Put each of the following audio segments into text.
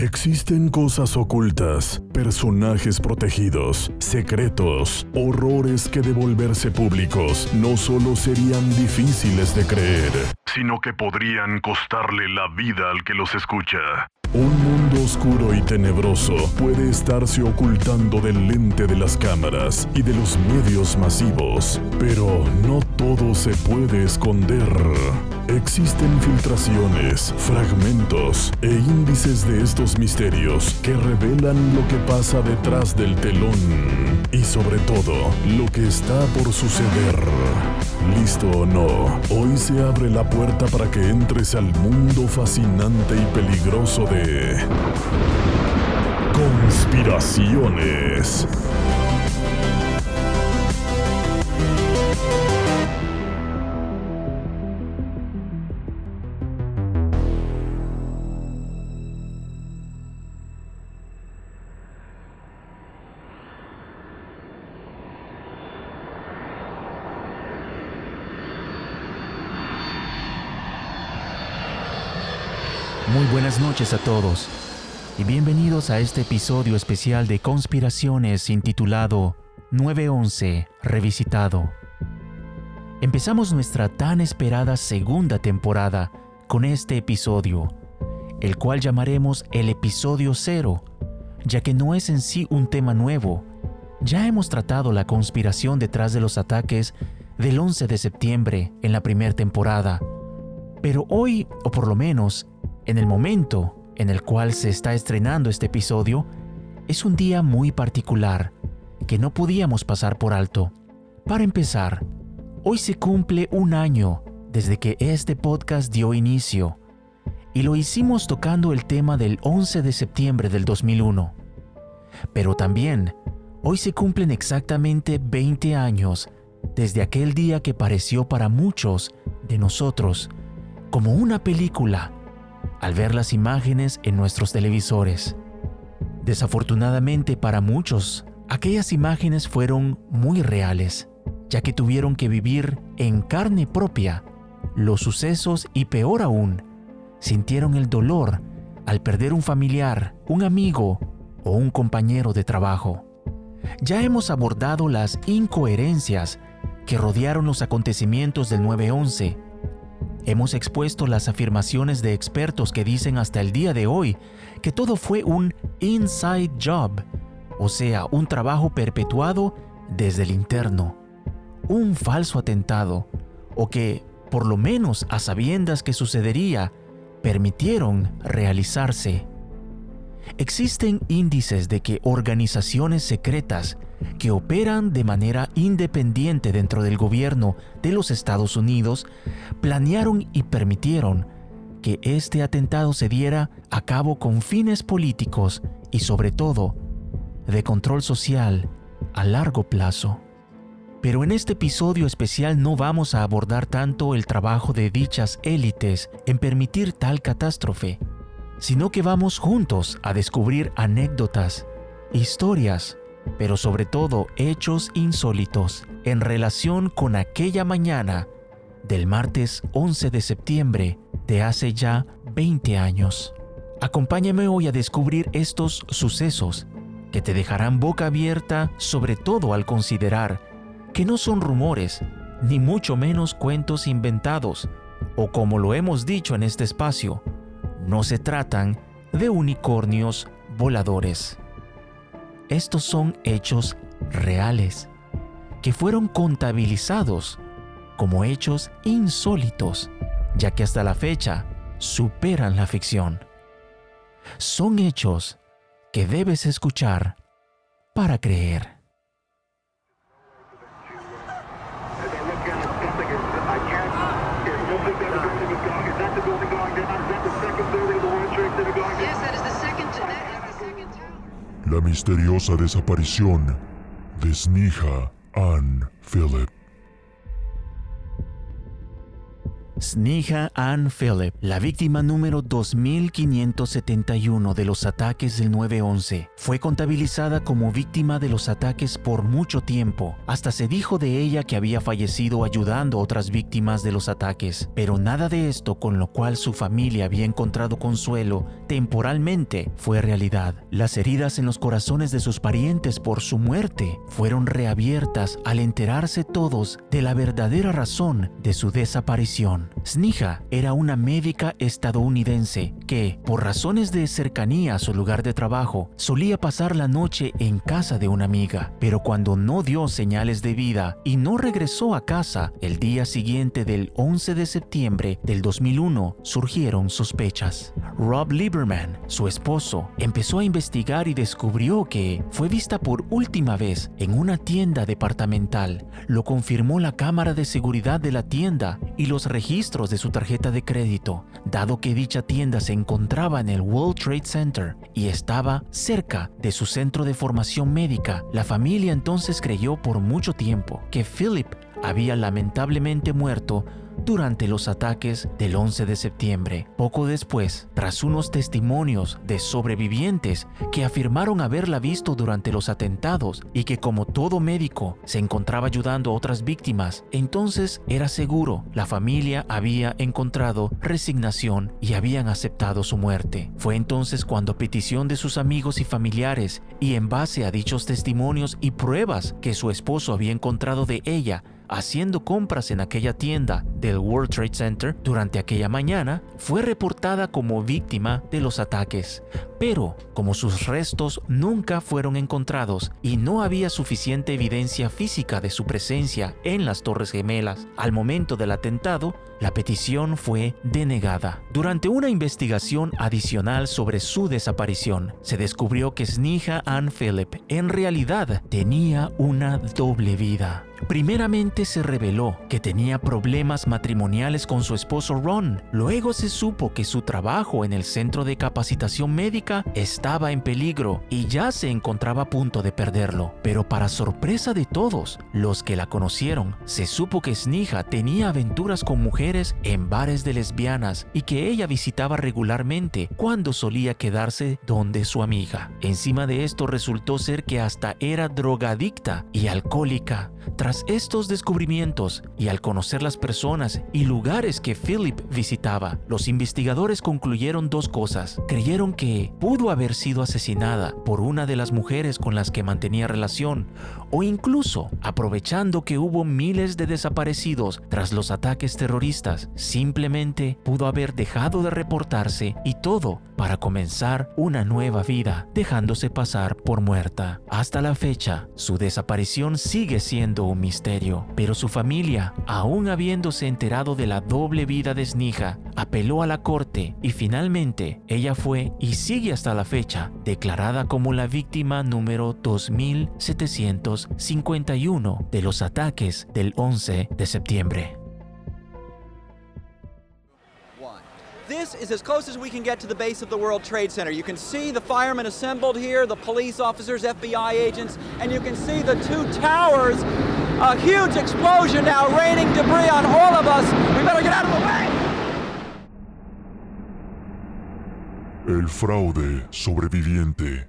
Existen cosas ocultas, personajes protegidos, secretos, horrores que de volverse públicos no solo serían difíciles de creer, sino que podrían costarle la vida al que los escucha. Un mundo oscuro y tenebroso puede estarse ocultando del lente de las cámaras y de los medios masivos, pero no todo se puede esconder. Existen filtraciones, fragmentos e índices de estos misterios que revelan lo que pasa detrás del telón y sobre todo lo que está por suceder. ¿Listo o no? Hoy se abre la puerta para que entres al mundo fascinante y peligroso de conspiraciones. Muy buenas noches a todos y bienvenidos a este episodio especial de Conspiraciones intitulado 9/11 Revisitado. Empezamos nuestra tan esperada segunda temporada con este episodio, el cual llamaremos el episodio 0, ya que no es en sí un tema nuevo. Ya hemos tratado la conspiración detrás de los ataques del 11 de septiembre en la primera temporada, pero hoy, o por lo menos en el momento en el cual se está estrenando este episodio, es un día muy particular que no podíamos pasar por alto. Para empezar, hoy se cumple un año desde que este podcast dio inicio, y lo hicimos tocando el tema del 11 de septiembre del 2001. Pero también, hoy se cumplen exactamente 20 años desde aquel día que pareció para muchos de nosotros como una película, al ver las imágenes en nuestros televisores. Desafortunadamente para muchos, aquellas imágenes fueron muy reales, ya que tuvieron que vivir en carne propia los sucesos y, peor aún, sintieron el dolor al perder un familiar, un amigo o un compañero de trabajo. Ya hemos abordado las incoherencias que rodearon los acontecimientos del 9/11. Hemos expuesto las afirmaciones de expertos que dicen hasta el día de hoy que todo fue un inside job, o sea, un trabajo perpetuado desde el interno, un falso atentado, o que, por lo menos a sabiendas que sucedería, permitieron realizarse. Existen índices de que organizaciones secretas que operan de manera independiente dentro del gobierno de los Estados Unidos planearon y permitieron que este atentado se diera a cabo con fines políticos y, sobre todo, de control social a largo plazo. Pero en este episodio especial no vamos a abordar tanto el trabajo de dichas élites en permitir tal catástrofe, sino que vamos juntos a descubrir anécdotas, historias, pero sobre todo hechos insólitos en relación con aquella mañana del martes 11 de septiembre de hace ya 20 años. Acompáñame hoy a descubrir estos sucesos que te dejarán boca abierta, sobre todo al considerar que no son rumores, ni mucho menos cuentos inventados, o como lo hemos dicho en este espacio, no se tratan de unicornios voladores. Estos son hechos reales, que fueron contabilizados como hechos insólitos, ya que hasta la fecha superan la ficción. Son hechos que debes escuchar para creer. La misteriosa desaparición de Sneha Ann Phillip. Sneha Ann Phillip, la víctima número 2571 de los ataques del 9/11, fue contabilizada como víctima de los ataques por mucho tiempo. Hasta se dijo de ella que había fallecido ayudando a otras víctimas de los ataques, pero nada de esto con lo cual su familia había encontrado consuelo temporalmente fue realidad. Las heridas en los corazones de sus parientes por su muerte fueron reabiertas al enterarse todos de la verdadera razón de su desaparición. Sneha era una médica estadounidense que, por razones de cercanía a su lugar de trabajo, solía pasar la noche en casa de una amiga, pero cuando no dio señales de vida y no regresó a casa el día siguiente del 11 de septiembre del 2001, surgieron sospechas. Rob Lieberman, su esposo, empezó a investigar y descubrió que fue vista por última vez en una tienda departamental. Lo confirmó la cámara de seguridad de la tienda y los registros de su tarjeta de crédito, dado que dicha tienda se encontraba en el World Trade Center y estaba cerca de su centro de formación médica. La familia entonces creyó por mucho tiempo que Phillip había lamentablemente muerto durante los ataques del 11 de septiembre. Poco después, tras unos testimonios de sobrevivientes que afirmaron haberla visto durante los atentados y que como todo médico se encontraba ayudando a otras víctimas, entonces era seguro la familia había encontrado resignación y habían aceptado su muerte. Fue entonces cuando, a petición de sus amigos y familiares y en base a dichos testimonios y pruebas que su esposo había encontrado de ella haciendo compras en aquella tienda del World Trade Center durante aquella mañana, fue reportada como víctima de los ataques. Pero, como sus restos nunca fueron encontrados y no había suficiente evidencia física de su presencia en las Torres Gemelas al momento del atentado, la petición fue denegada. Durante una investigación adicional sobre su desaparición, se descubrió que Sneha Ann Phillip en realidad tenía una doble vida. Primeramente se reveló que tenía problemas matrimoniales con su esposo Ron. Luego se supo que su trabajo en el centro de capacitación médica estaba en peligro y ya se encontraba a punto de perderlo. Pero para sorpresa de todos los que la conocieron, se supo que Sneha tenía aventuras con mujeres en bares de lesbianas y que ella visitaba regularmente cuando solía quedarse donde su amiga. Encima de esto resultó ser que hasta era drogadicta y alcohólica. Tras estos descubrimientos y al conocer las personas y lugares que Phillip visitaba, los investigadores concluyeron dos cosas. Creyeron que pudo haber sido asesinada por una de las mujeres con las que mantenía relación, o incluso, aprovechando que hubo miles de desaparecidos tras los ataques terroristas, simplemente pudo haber dejado de reportarse y todo para comenzar una nueva vida, dejándose pasar por muerta. Hasta la fecha, su desaparición sigue siendo un misterio, pero su familia, aún habiéndose enterado de la doble vida de Sneha, apeló a la corte y finalmente ella fue y sigue hasta la fecha declarada como la víctima número 2751 de los ataques del 11 de septiembre. This is as close as we can get to the base of the World Trade Center. You can see the firemen assembled here, the police officers, FBI agents, and you can see the two towers. A huge explosion now raining debris on all of us. We better get out of the way. El fraude sobreviviente.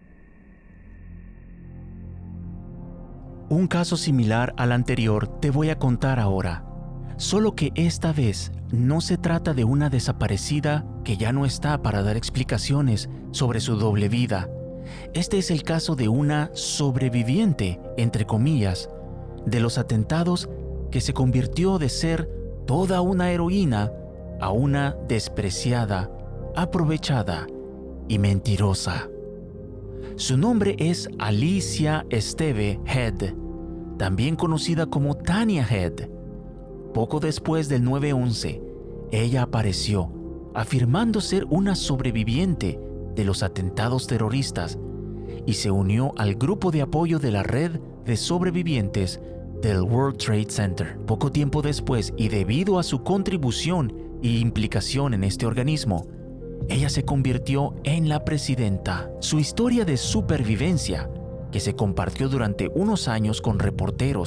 Un caso similar al anterior te voy a contar ahora, solo que esta vez no se trata de una desaparecida que ya no está para dar explicaciones sobre su doble vida. Este es el caso de una sobreviviente, entre comillas, de los atentados que se convirtió de ser toda una heroína a una despreciada, aprovechada y mentirosa. Su nombre es Alicia Esteve Head, también conocida como Tanya Head. Poco después del 9/11, ella apareció, afirmando ser una sobreviviente de los atentados terroristas y se unió al grupo de apoyo de la red de sobrevivientes del World Trade Center. Poco tiempo después, y debido a su contribución e implicación en este organismo, ella se convirtió en la presidenta. Su historia de supervivencia, que se compartió durante unos años con reporteros,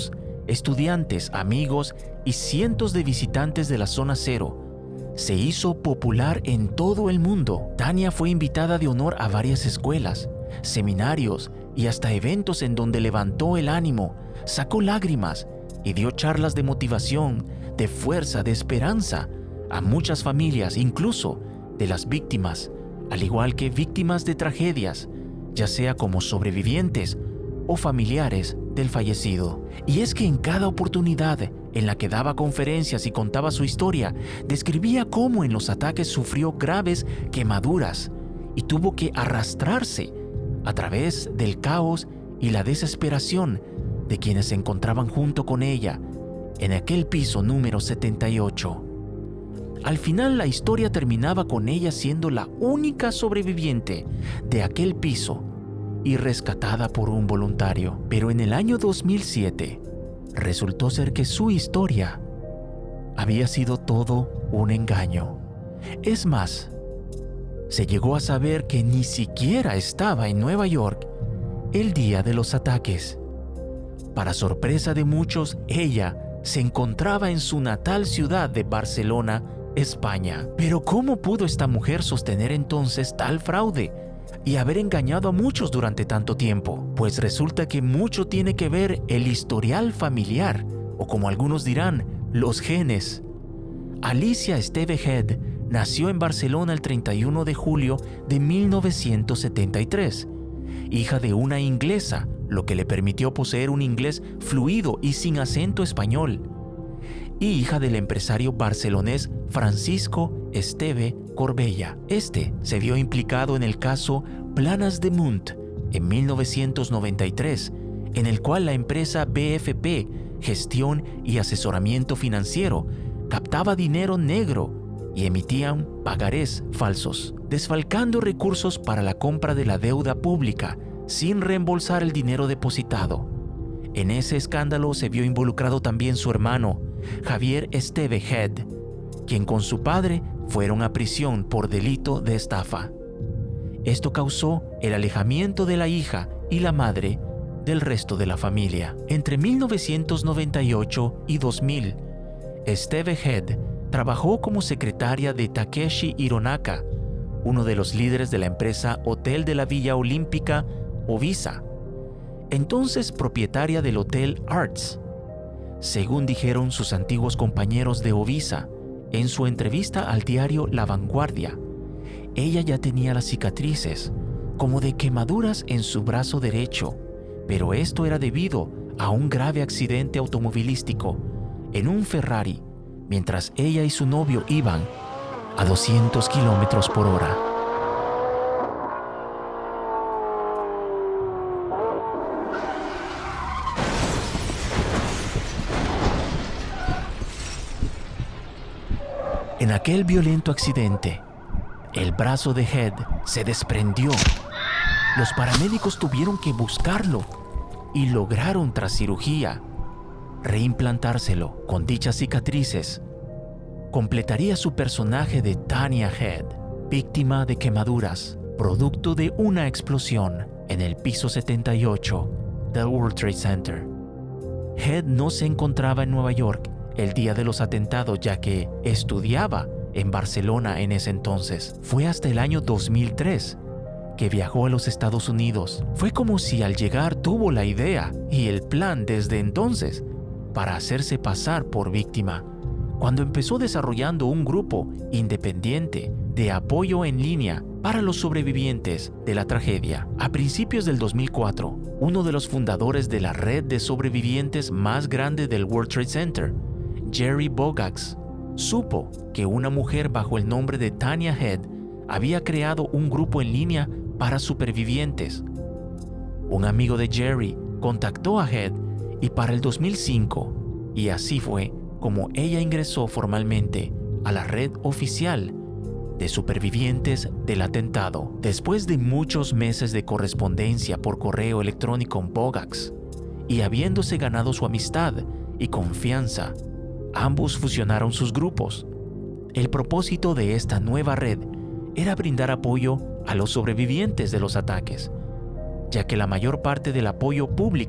estudiantes, amigos y cientos de visitantes de la Zona Cero. Se hizo popular en todo el mundo. Tanya fue invitada de honor a varias escuelas, seminarios y hasta eventos en donde levantó el ánimo, sacó lágrimas y dio charlas de motivación, de fuerza, de esperanza a muchas familias, incluso de las víctimas, al igual que víctimas de tragedias, ya sea como sobrevivientes o familiares del fallecido. Y es que en cada oportunidad en la que daba conferencias y contaba su historia, describía cómo en los ataques sufrió graves quemaduras y tuvo que arrastrarse a través del caos y la desesperación de quienes se encontraban junto con ella en aquel piso número 78. Al final la historia terminaba con ella siendo la única sobreviviente de aquel piso y rescatada por un voluntario. Pero en el año 2007 resultó ser que su historia había sido todo un engaño. Es más, se llegó a saber que ni siquiera estaba en Nueva York el día de los ataques. Para sorpresa de muchos, ella se encontraba en su natal ciudad de Barcelona, España. Pero ¿cómo pudo esta mujer sostener entonces tal fraude y haber engañado a muchos durante tanto tiempo? Pues resulta que mucho tiene que ver el historial familiar, o como algunos dirán, los genes. Alicia Esteve Head nació en Barcelona el 31 de julio de 1973, hija de una inglesa, lo que le permitió poseer un inglés fluido y sin acento español, y hija del empresario barcelonés Francisco Esteve Corbella. Este se vio implicado en el caso Planas de Munt en 1993, en el cual la empresa BFP, Gestión y Asesoramiento Financiero, captaba dinero negro y emitían pagarés falsos, desfalcando recursos para la compra de la deuda pública sin reembolsar el dinero depositado. En ese escándalo se vio involucrado también su hermano, Javier Esteve Head, quien con su padre fueron a prisión por delito de estafa. Esto causó el alejamiento de la hija y la madre del resto de la familia. Entre 1998 y 2000, Esteve Head trabajó como secretaria de Takeshi Hironaka, uno de los líderes de la empresa Hotel de la Villa Olímpica, Ovisa, entonces propietaria del Hotel Arts. Según dijeron sus antiguos compañeros de Ovisa en su entrevista al diario La Vanguardia, ella ya tenía las cicatrices, como de quemaduras en su brazo derecho, pero esto era debido a un grave accidente automovilístico en un Ferrari, mientras ella y su novio iban a 200 kilómetros por hora. En aquel violento accidente, el brazo de Head se desprendió. Los paramédicos tuvieron que buscarlo y lograron, tras cirugía, reimplantárselo. Con dichas cicatrices, completaría su personaje de Tanya Head, víctima de quemaduras, producto de una explosión en el piso 78 del World Trade Center. Head no se encontraba en Nueva York el día de los atentados, ya que estudiaba en Barcelona en ese entonces. Fue hasta el año 2003 que viajó a los Estados Unidos. Fue como si al llegar tuvo la idea y el plan desde entonces para hacerse pasar por víctima, cuando empezó desarrollando un grupo independiente de apoyo en línea para los sobrevivientes de la tragedia. A principios del 2004, uno de los fundadores de la red de sobrevivientes más grande del World Trade Center, Jerry Bogax, supo que una mujer bajo el nombre de Tanya Head había creado un grupo en línea para supervivientes. Un amigo de Jerry contactó a Head y para el 2005, y así fue como ella ingresó formalmente a la red oficial de supervivientes del atentado. Después de muchos meses de correspondencia por correo electrónico con Bogax y habiéndose ganado su amistad y confianza, ambos fusionaron sus grupos. El propósito de esta nueva red era brindar apoyo a los sobrevivientes de los ataques, ya que la mayor parte del apoyo público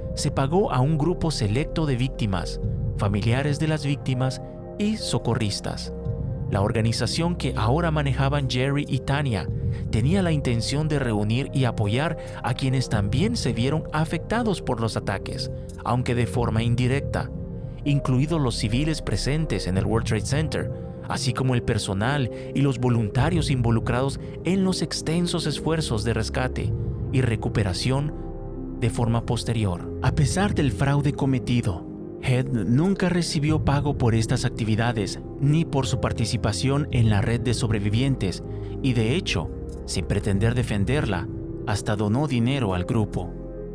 se pagó a un grupo selecto de víctimas, familiares de las víctimas y socorristas. La organización que ahora manejaban Jerry y Tanya tenía la intención de reunir y apoyar a quienes también se vieron afectados por los ataques, aunque de forma indirecta, incluidos los civiles presentes en el World Trade Center, así como el personal y los voluntarios involucrados en los extensos esfuerzos de rescate y recuperación de forma posterior. A pesar del fraude cometido, Head nunca recibió pago por estas actividades ni por su participación en la red de sobrevivientes y, de hecho, sin pretender defenderla, hasta donó dinero al grupo.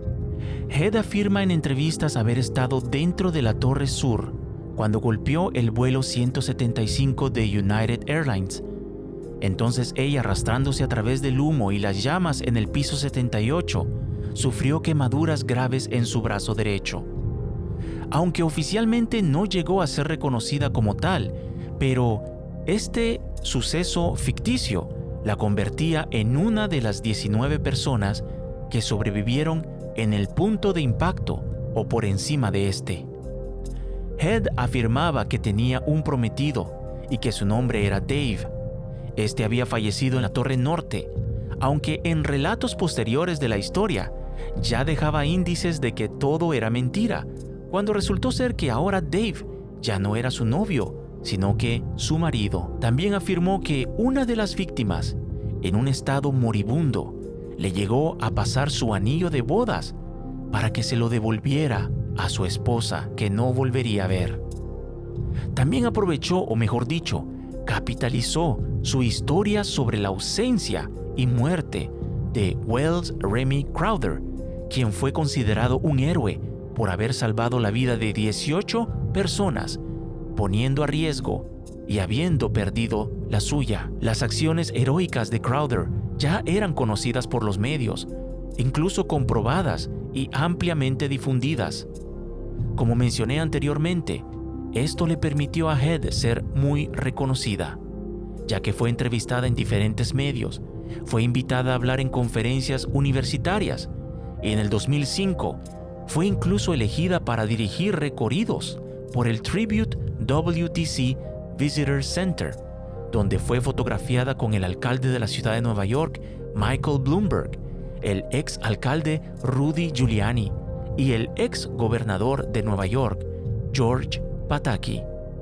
Head afirma en entrevistas haber estado dentro de la Torre Sur cuando golpeó el vuelo 175 de United Airlines. Entonces ella, arrastrándose a través del humo y las llamas en el piso 78, sufrió quemaduras graves en su brazo derecho. Aunque oficialmente no llegó a ser reconocida como tal, pero este suceso ficticio la convertía en una de las 19 personas que sobrevivieron en el punto de impacto o por encima de este. Head afirmaba que tenía un prometido y que su nombre era Dave. Este había fallecido en la Torre Norte, aunque en relatos posteriores de la historia ya dejaba índices de que todo era mentira, cuando resultó ser que ahora Dave ya no era su novio, sino que su marido. También afirmó que una de las víctimas, en un estado moribundo, le llegó a pasar su anillo de bodas para que se lo devolviera a su esposa, que no volvería a ver. También aprovechó, o mejor dicho, capitalizó su historia sobre la ausencia y muerte de Wells Remy Crowder, quien fue considerado un héroe por haber salvado la vida de 18 personas, poniendo a riesgo y habiendo perdido la suya. Las acciones heroicas de Crowder ya eran conocidas por los medios, incluso comprobadas y ampliamente difundidas. Como mencioné anteriormente, esto le permitió a Head ser muy reconocida, ya que fue entrevistada en diferentes medios, fue invitada a hablar en conferencias universitarias y en el 2005 fue incluso elegida para dirigir recorridos por el Tribute WTC Visitor Center, donde fue fotografiada con el alcalde de la ciudad de Nueva York, Michael Bloomberg, el ex alcalde Rudy Giuliani y el ex gobernador de Nueva York, George Pataki.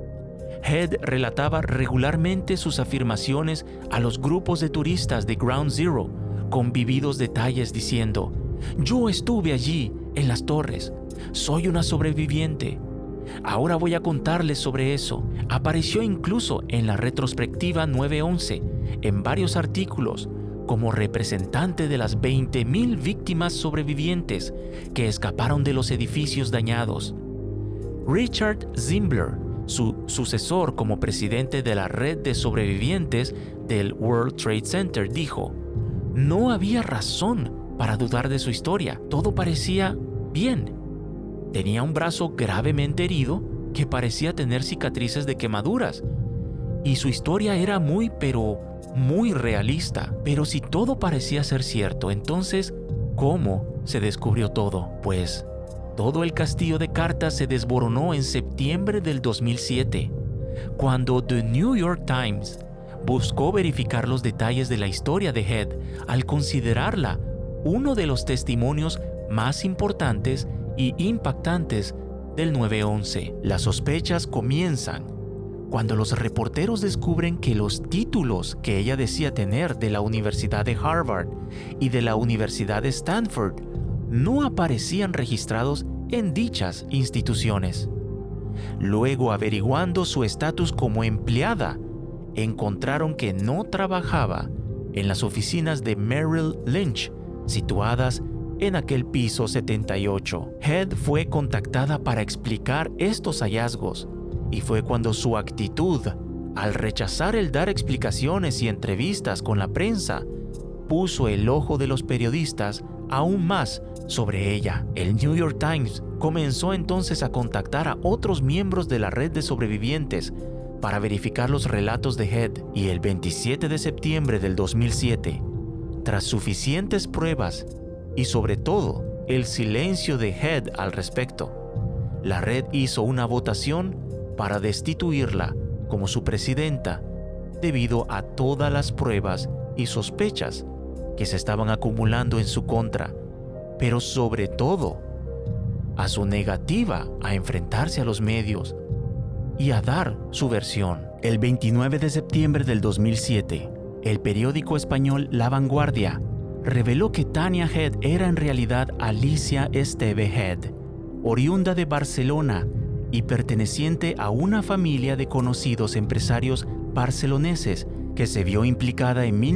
Head relataba regularmente sus afirmaciones a los grupos de turistas de Ground Zero, con vívidos detalles diciendo: «Yo estuve allí, en las torres. Soy una sobreviviente. Ahora voy a contarles sobre eso». Apareció incluso en la retrospectiva 9/11, en varios artículos, como representante de las 20,000 víctimas sobrevivientes que escaparon de los edificios dañados. Richard Zimbler, su sucesor como presidente de la red de sobrevivientes del World Trade Center, dijo: «No había razón para dudar de su historia. Todo parecía bien. Tenía un brazo gravemente herido que parecía tener cicatrices de quemaduras. Y su historia era muy realista. Pero si todo parecía ser cierto, entonces, ¿cómo se descubrió todo? Pues todo el castillo de cartas se desmoronó en septiembre del 2007, cuando The New York Times buscó verificar los detalles de la historia de Head al considerarla uno de los testimonios más importantes y impactantes del 9/11. Las sospechas comienzan cuando los reporteros descubren que los títulos que ella decía tener de la Universidad de Harvard y de la Universidad de Stanford no aparecían registrados en dichas instituciones. Luego, averiguando su estatus como empleada, encontraron que no trabajaba en las oficinas de Merrill Lynch, situadas en aquel piso 78. Head fue contactada para explicar estos hallazgos, y fue cuando su actitud, al rechazar el dar explicaciones y entrevistas con la prensa, puso el ojo de los periodistas aún más sobre ella. El New York Times comenzó entonces a contactar a otros miembros de la red de sobrevivientes para verificar los relatos de Head, y el 27 de septiembre del 2007, tras suficientes pruebas y sobre todo el silencio de Head al respecto. La red hizo una votación para destituirla como su presidenta debido a todas las pruebas y sospechas que se estaban acumulando en su contra, pero sobre todo a su negativa a enfrentarse a los medios y a dar su versión. El 29 de septiembre del 2007, el periódico español La Vanguardia reveló que Tanya Head era en realidad Alicia Esteve Head, oriunda de Barcelona y perteneciente a una familia de conocidos empresarios barceloneses que se vio implicada en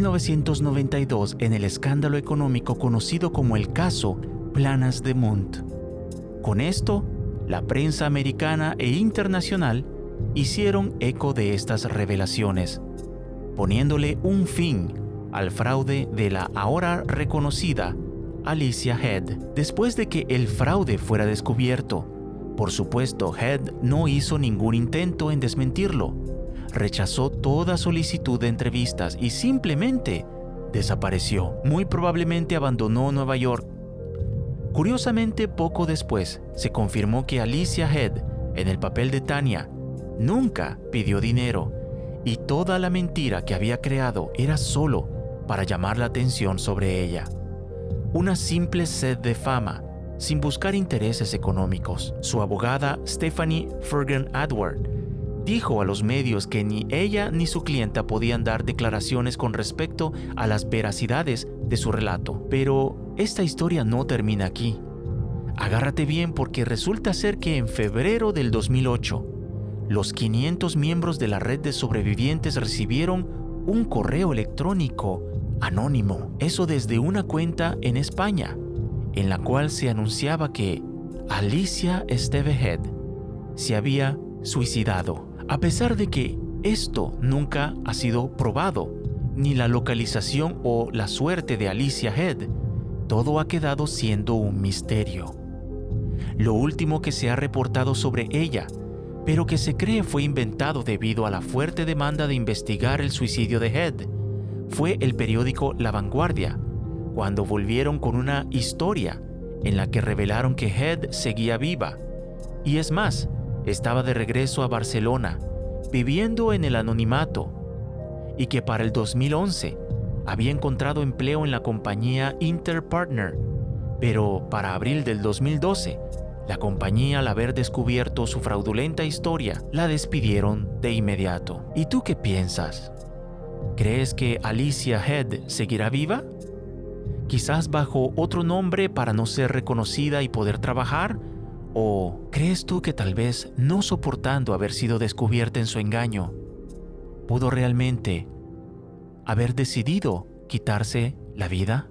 1992 en el escándalo económico conocido como el caso Planas de Munt. Con esto, la prensa americana e internacional hicieron eco de estas revelaciones, poniéndole un fin al fraude de la ahora reconocida Alicia Head. Después de que el fraude fuera descubierto, por supuesto, Head no hizo ningún intento en desmentirlo. Rechazó toda solicitud de entrevistas y simplemente desapareció. Muy probablemente abandonó Nueva York. Curiosamente, poco después, se confirmó que Alicia Head, en el papel de Tanya, nunca pidió dinero y toda la mentira que había creado era solo para llamar la atención sobre ella. Una simple sed de fama, sin buscar intereses económicos. Su abogada, Stephanie Fergan-Edward, dijo a los medios que ni ella ni su clienta podían dar declaraciones con respecto a las veracidades de su relato. Pero esta historia no termina aquí. Agárrate bien porque resulta ser que en febrero del 2008, los 500 miembros de la red de sobrevivientes recibieron un correo electrónico anónimo, eso desde una cuenta en España, en la cual se anunciaba que Alicia Esteve Head se había suicidado. A pesar de que esto nunca ha sido probado, ni la localización o la suerte de Alicia Head, todo ha quedado siendo un misterio. Lo último que se ha reportado sobre ella, pero que se cree fue inventado debido a la fuerte demanda de investigar el suicidio de Head, fue el periódico La Vanguardia, cuando volvieron con una historia en la que revelaron que Head seguía viva, y es más, estaba de regreso a Barcelona, viviendo en el anonimato, y que para el 2011 había encontrado empleo en la compañía Interpartner, pero para abril del 2012, la compañía, al haber descubierto su fraudulenta historia, la despidieron de inmediato. ¿Y tú qué piensas? ¿Crees que Alicia Head seguirá viva? ¿Quizás bajo otro nombre para no ser reconocida y poder trabajar? ¿O crees tú que tal vez, no soportando haber sido descubierta en su engaño, pudo realmente haber decidido quitarse la vida?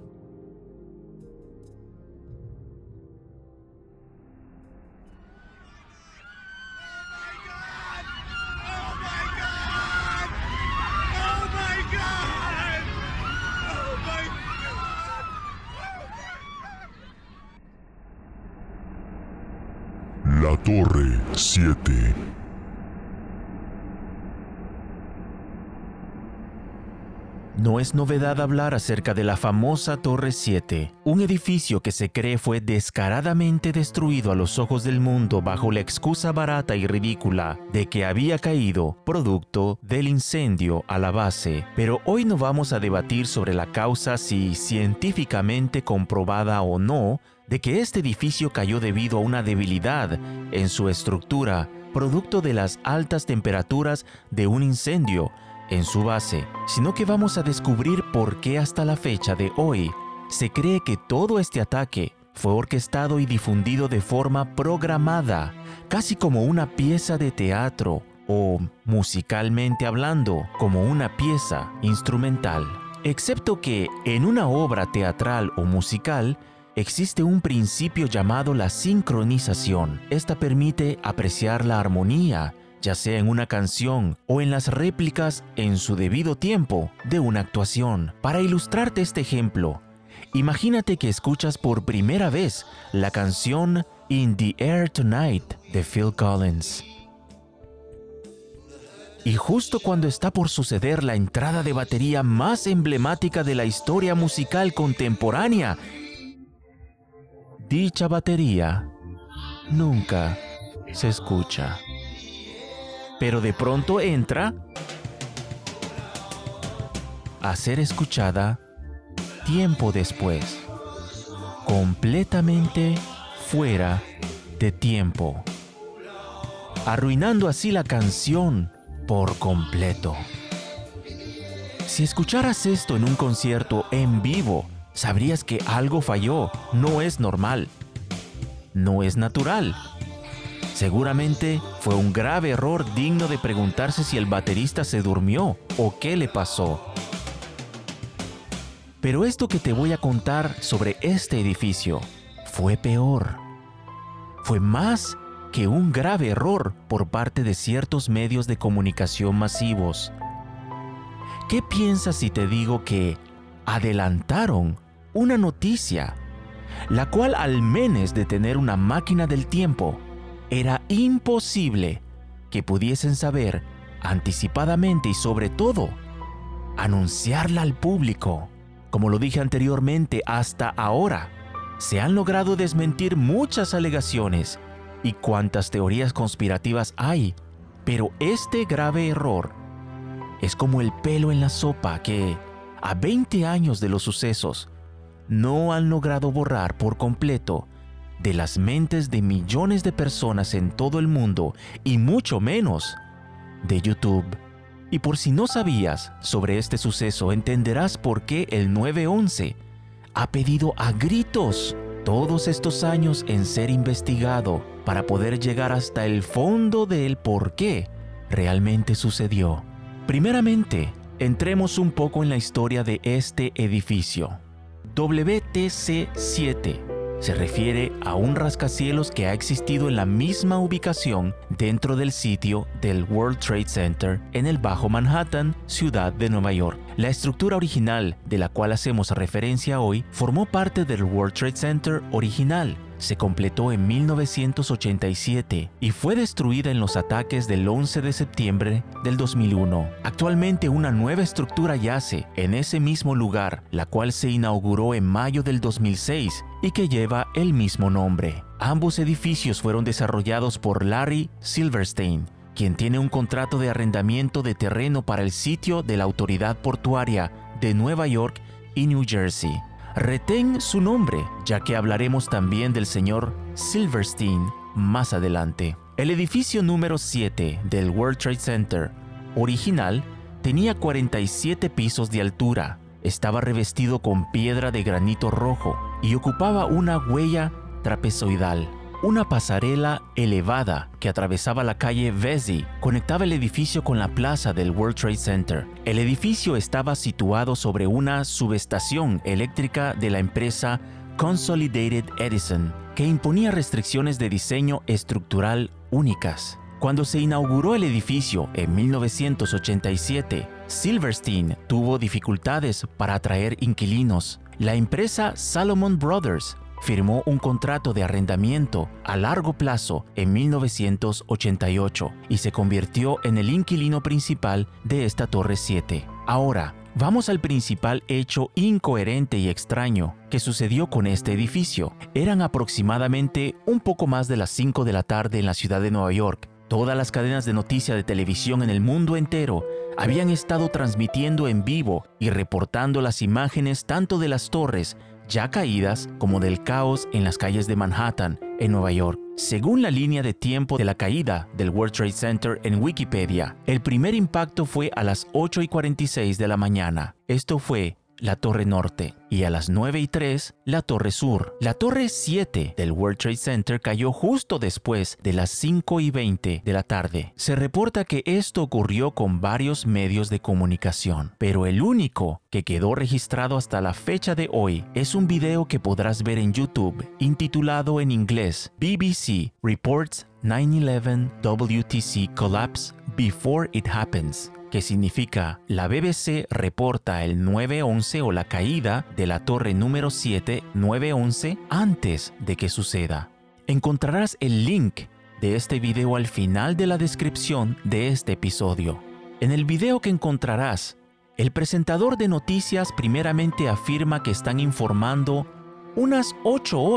La Torre 7. No es novedad hablar acerca de la famosa Torre 7, un edificio que se cree fue descaradamente destruido a los ojos del mundo bajo la excusa barata y ridícula de que había caído producto del incendio a la base. Pero hoy no vamos a debatir sobre la causa, si científicamente comprobada o no, de que este edificio cayó debido a una debilidad en su estructura, producto de las altas temperaturas de un incendio en su base, sino que vamos a descubrir por qué hasta la fecha de hoy se cree que todo este ataque fue orquestado y difundido de forma programada, casi como una pieza de teatro o, musicalmente hablando, como una pieza instrumental. Excepto que en una obra teatral o musical existe un principio llamado la sincronización. Esta permite apreciar la armonía, ya sea en una canción o en las réplicas en su debido tiempo de una actuación. Para ilustrarte este ejemplo, imagínate que escuchas por primera vez la canción In the Air Tonight de Phil Collins. Y justo cuando está por suceder la entrada de batería más emblemática de la historia musical contemporánea, dicha batería nunca se escucha. Pero de pronto entra a ser escuchada tiempo después, completamente fuera de tiempo, arruinando así la canción por completo. Si escucharas esto en un concierto en vivo, sabrías que algo falló. No es normal. No es natural. Seguramente fue un grave error digno de preguntarse si el baterista se durmió o qué le pasó. Pero esto que te voy a contar sobre este edificio fue peor. Fue más que un grave error por parte de ciertos medios de comunicación masivos. ¿Qué piensas si te digo que adelantaron una noticia, la cual al menos de tener una máquina del tiempo, era imposible que pudiesen saber anticipadamente y sobre todo anunciarla al público? Como lo dije anteriormente, hasta ahora se han logrado desmentir muchas alegaciones y cuantas teorías conspirativas hay, pero este grave error es como el pelo en la sopa que, a 20 años de los sucesos, no han logrado borrar por completo de las mentes de millones de personas en todo el mundo y mucho menos de YouTube. Y por si no sabías sobre este suceso, entenderás por qué el 911 ha pedido a gritos todos estos años en ser investigado para poder llegar hasta el fondo del por qué realmente sucedió. Primeramente, entremos un poco en la historia de este edificio. WTC-7 se refiere a un rascacielos que ha existido en la misma ubicación dentro del sitio del World Trade Center en el Bajo Manhattan, ciudad de Nueva York. La estructura original de la cual hacemos referencia hoy formó parte del World Trade Center original. Se completó en 1987 y fue destruida en los ataques del 11 de septiembre del 2001. Actualmente una nueva estructura yace en ese mismo lugar, la cual se inauguró en mayo del 2006 y que lleva el mismo nombre. Ambos edificios fueron desarrollados por Larry Silverstein, quien tiene un contrato de arrendamiento de terreno para el sitio de la Autoridad Portuaria de Nueva York y New Jersey. Retén su nombre, ya que hablaremos también del señor Silverstein más adelante. El edificio número 7 del World Trade Center original tenía 47 pisos de altura, estaba revestido con piedra de granito rojo y ocupaba una huella trapezoidal. Una pasarela elevada que atravesaba la calle Vesey conectaba el edificio con la plaza del World Trade Center. El edificio estaba situado sobre una subestación eléctrica de la empresa Consolidated Edison, que imponía restricciones de diseño estructural únicas. Cuando se inauguró el edificio en 1987, Silverstein tuvo dificultades para atraer inquilinos. La empresa Salomon Brothers firmó un contrato de arrendamiento a largo plazo en 1988 y se convirtió en el inquilino principal de esta Torre 7. Ahora, vamos al principal hecho incoherente y extraño que sucedió con este edificio. Eran aproximadamente un poco más de las 5 de la tarde en la ciudad de Nueva York. Todas las cadenas de noticias de televisión en el mundo entero habían estado transmitiendo en vivo y reportando las imágenes tanto de las torres ya caídas como del caos en las calles de Manhattan, en Nueva York. Según la línea de tiempo de la caída del World Trade Center en Wikipedia, el primer impacto fue a las 8:46 de la mañana. Esto fue la Torre Norte, y a las 9:03 la Torre Sur. La Torre 7 del World Trade Center cayó justo después de las 5:20 de la tarde. Se reporta que esto ocurrió con varios medios de comunicación, pero el único que quedó registrado hasta la fecha de hoy es un video que podrás ver en YouTube, intitulado en inglés BBC Reports 9/11 WTC Collapse Before It Happens, que significa la BBC reporta el 9/11 o la caída de la torre número 7 9/11 antes de que suceda. Encontrarás el link de este video al final de la descripción de este episodio. En el video que encontrarás, el presentador de noticias primeramente afirma que están informando unas 8 horas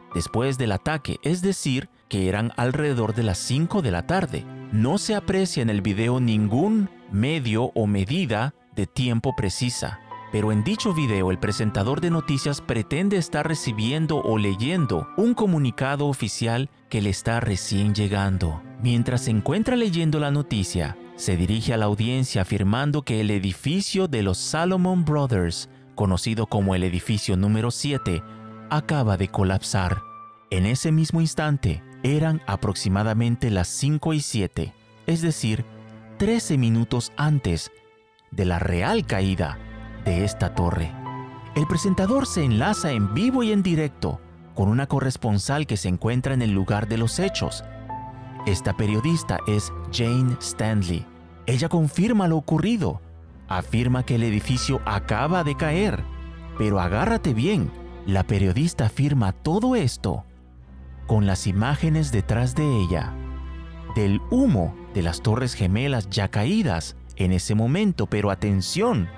después del ataque, es decir, que eran alrededor de las 5 de la tarde. No se aprecia en el video ningún medio o medida de tiempo precisa, pero en dicho video el presentador de noticias pretende estar recibiendo o leyendo un comunicado oficial que le está recién llegando. Mientras se encuentra leyendo la noticia, se dirige a la audiencia afirmando que el edificio de los Salomon Brothers, conocido como el edificio número 7, acaba de colapsar. En ese mismo instante, eran aproximadamente las 5:07, es decir, 13 minutos antes de la real caída de esta torre. El presentador se enlaza en vivo y en directo con una corresponsal que se encuentra en el lugar de los hechos. Esta periodista es Jane Stanley. Ella confirma lo ocurrido. Afirma que el edificio acaba de caer. Pero agárrate bien, la periodista afirma todo esto con las imágenes detrás de ella, del humo de las Torres Gemelas ya caídas en ese momento. Pero atención,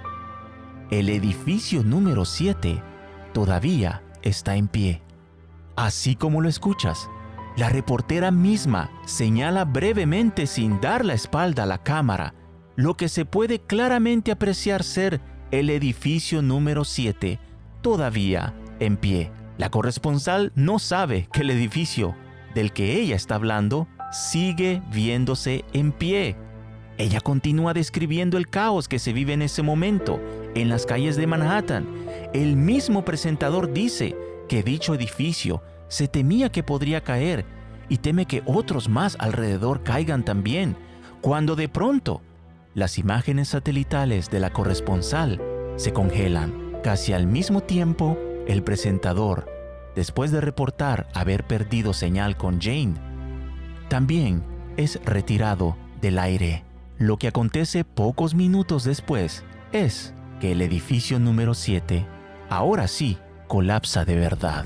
el edificio número 7 todavía está en pie. Así como lo escuchas, la reportera misma señala brevemente sin dar la espalda a la cámara lo que se puede claramente apreciar ser el edificio número 7 todavía en pie. La corresponsal no sabe que el edificio del que ella está hablando sigue viéndose en pie. Ella continúa describiendo el caos que se vive en ese momento en las calles de Manhattan. El mismo presentador dice que dicho edificio se temía que podría caer y teme que otros más alrededor caigan también, cuando de pronto las imágenes satelitales de la corresponsal se congelan. Casi al mismo tiempo, el presentador, después de reportar haber perdido señal con Jane, también es retirado del aire. Lo que acontece pocos minutos después es que el edificio número 7, ahora sí, colapsa de verdad.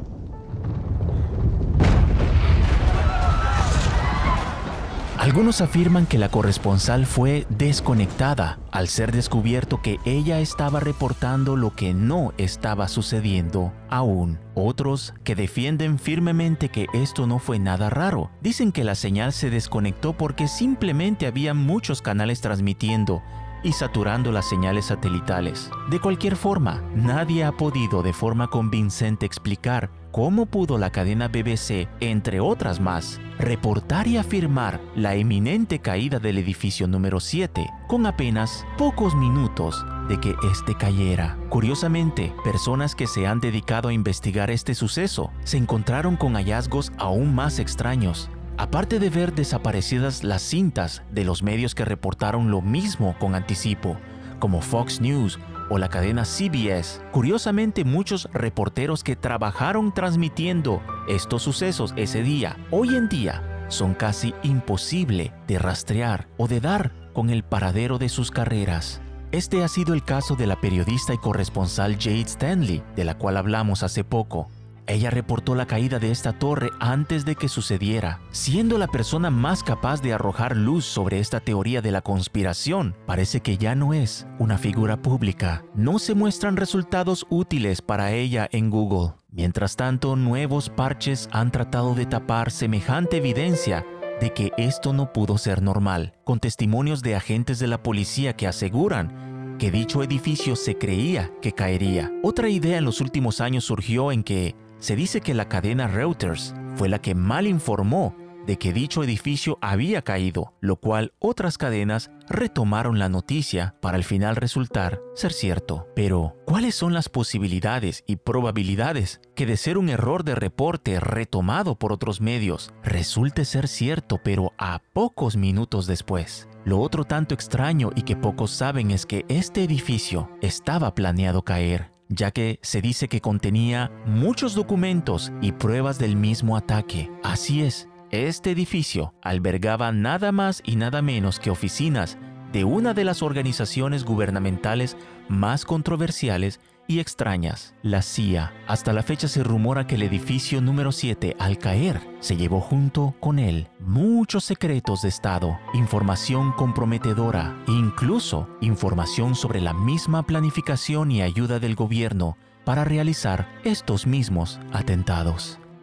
Algunos afirman que la corresponsal fue desconectada al ser descubierto que ella estaba reportando lo que no estaba sucediendo aún. Otros que defienden firmemente que esto no fue nada raro. Dicen que la señal se desconectó porque simplemente había muchos canales transmitiendo y saturando las señales satelitales. De cualquier forma, nadie ha podido de forma convincente explicar cómo pudo la cadena BBC, entre otras más, reportar y afirmar la inminente caída del edificio número 7 con apenas pocos minutos de que este cayera. Curiosamente, personas que se han dedicado a investigar este suceso se encontraron con hallazgos aún más extraños. Aparte de ver desaparecidas las cintas de los medios que reportaron lo mismo con anticipo, como Fox News o la cadena CBS, curiosamente muchos reporteros que trabajaron transmitiendo estos sucesos ese día, hoy en día, son casi imposible de rastrear o de dar con el paradero de sus carreras. Este ha sido el caso de la periodista y corresponsal Jane Stanley, de la cual hablamos hace poco. Ella reportó la caída de esta torre antes de que sucediera, siendo la persona más capaz de arrojar luz sobre esta teoría de la conspiración. Parece que ya no es una figura pública. No se muestran resultados útiles para ella en Google. Mientras tanto, nuevos parches han tratado de tapar semejante evidencia de que esto no pudo ser normal, con testimonios de agentes de la policía que aseguran que dicho edificio se creía que caería. Otra idea en los últimos años surgió en que se dice que la cadena Reuters fue la que mal informó de que dicho edificio había caído, lo cual otras cadenas retomaron la noticia para al final resultar ser cierto. Pero, ¿cuáles son las posibilidades y probabilidades que de ser un error de reporte retomado por otros medios resulte ser cierto, pero a pocos minutos después? Lo otro tanto extraño y que pocos saben es que este edificio estaba planeado caer, ya que se dice que contenía muchos documentos y pruebas del mismo ataque. Así es, este edificio albergaba nada más y nada menos que oficinas de una de las organizaciones gubernamentales más controversiales y extrañas, la CIA. Hasta la fecha se rumora que el edificio número 7, al caer, se llevó junto con él muchos secretos de Estado, información comprometedora e incluso información sobre la misma planificación y ayuda del gobierno para realizar estos mismos atentados.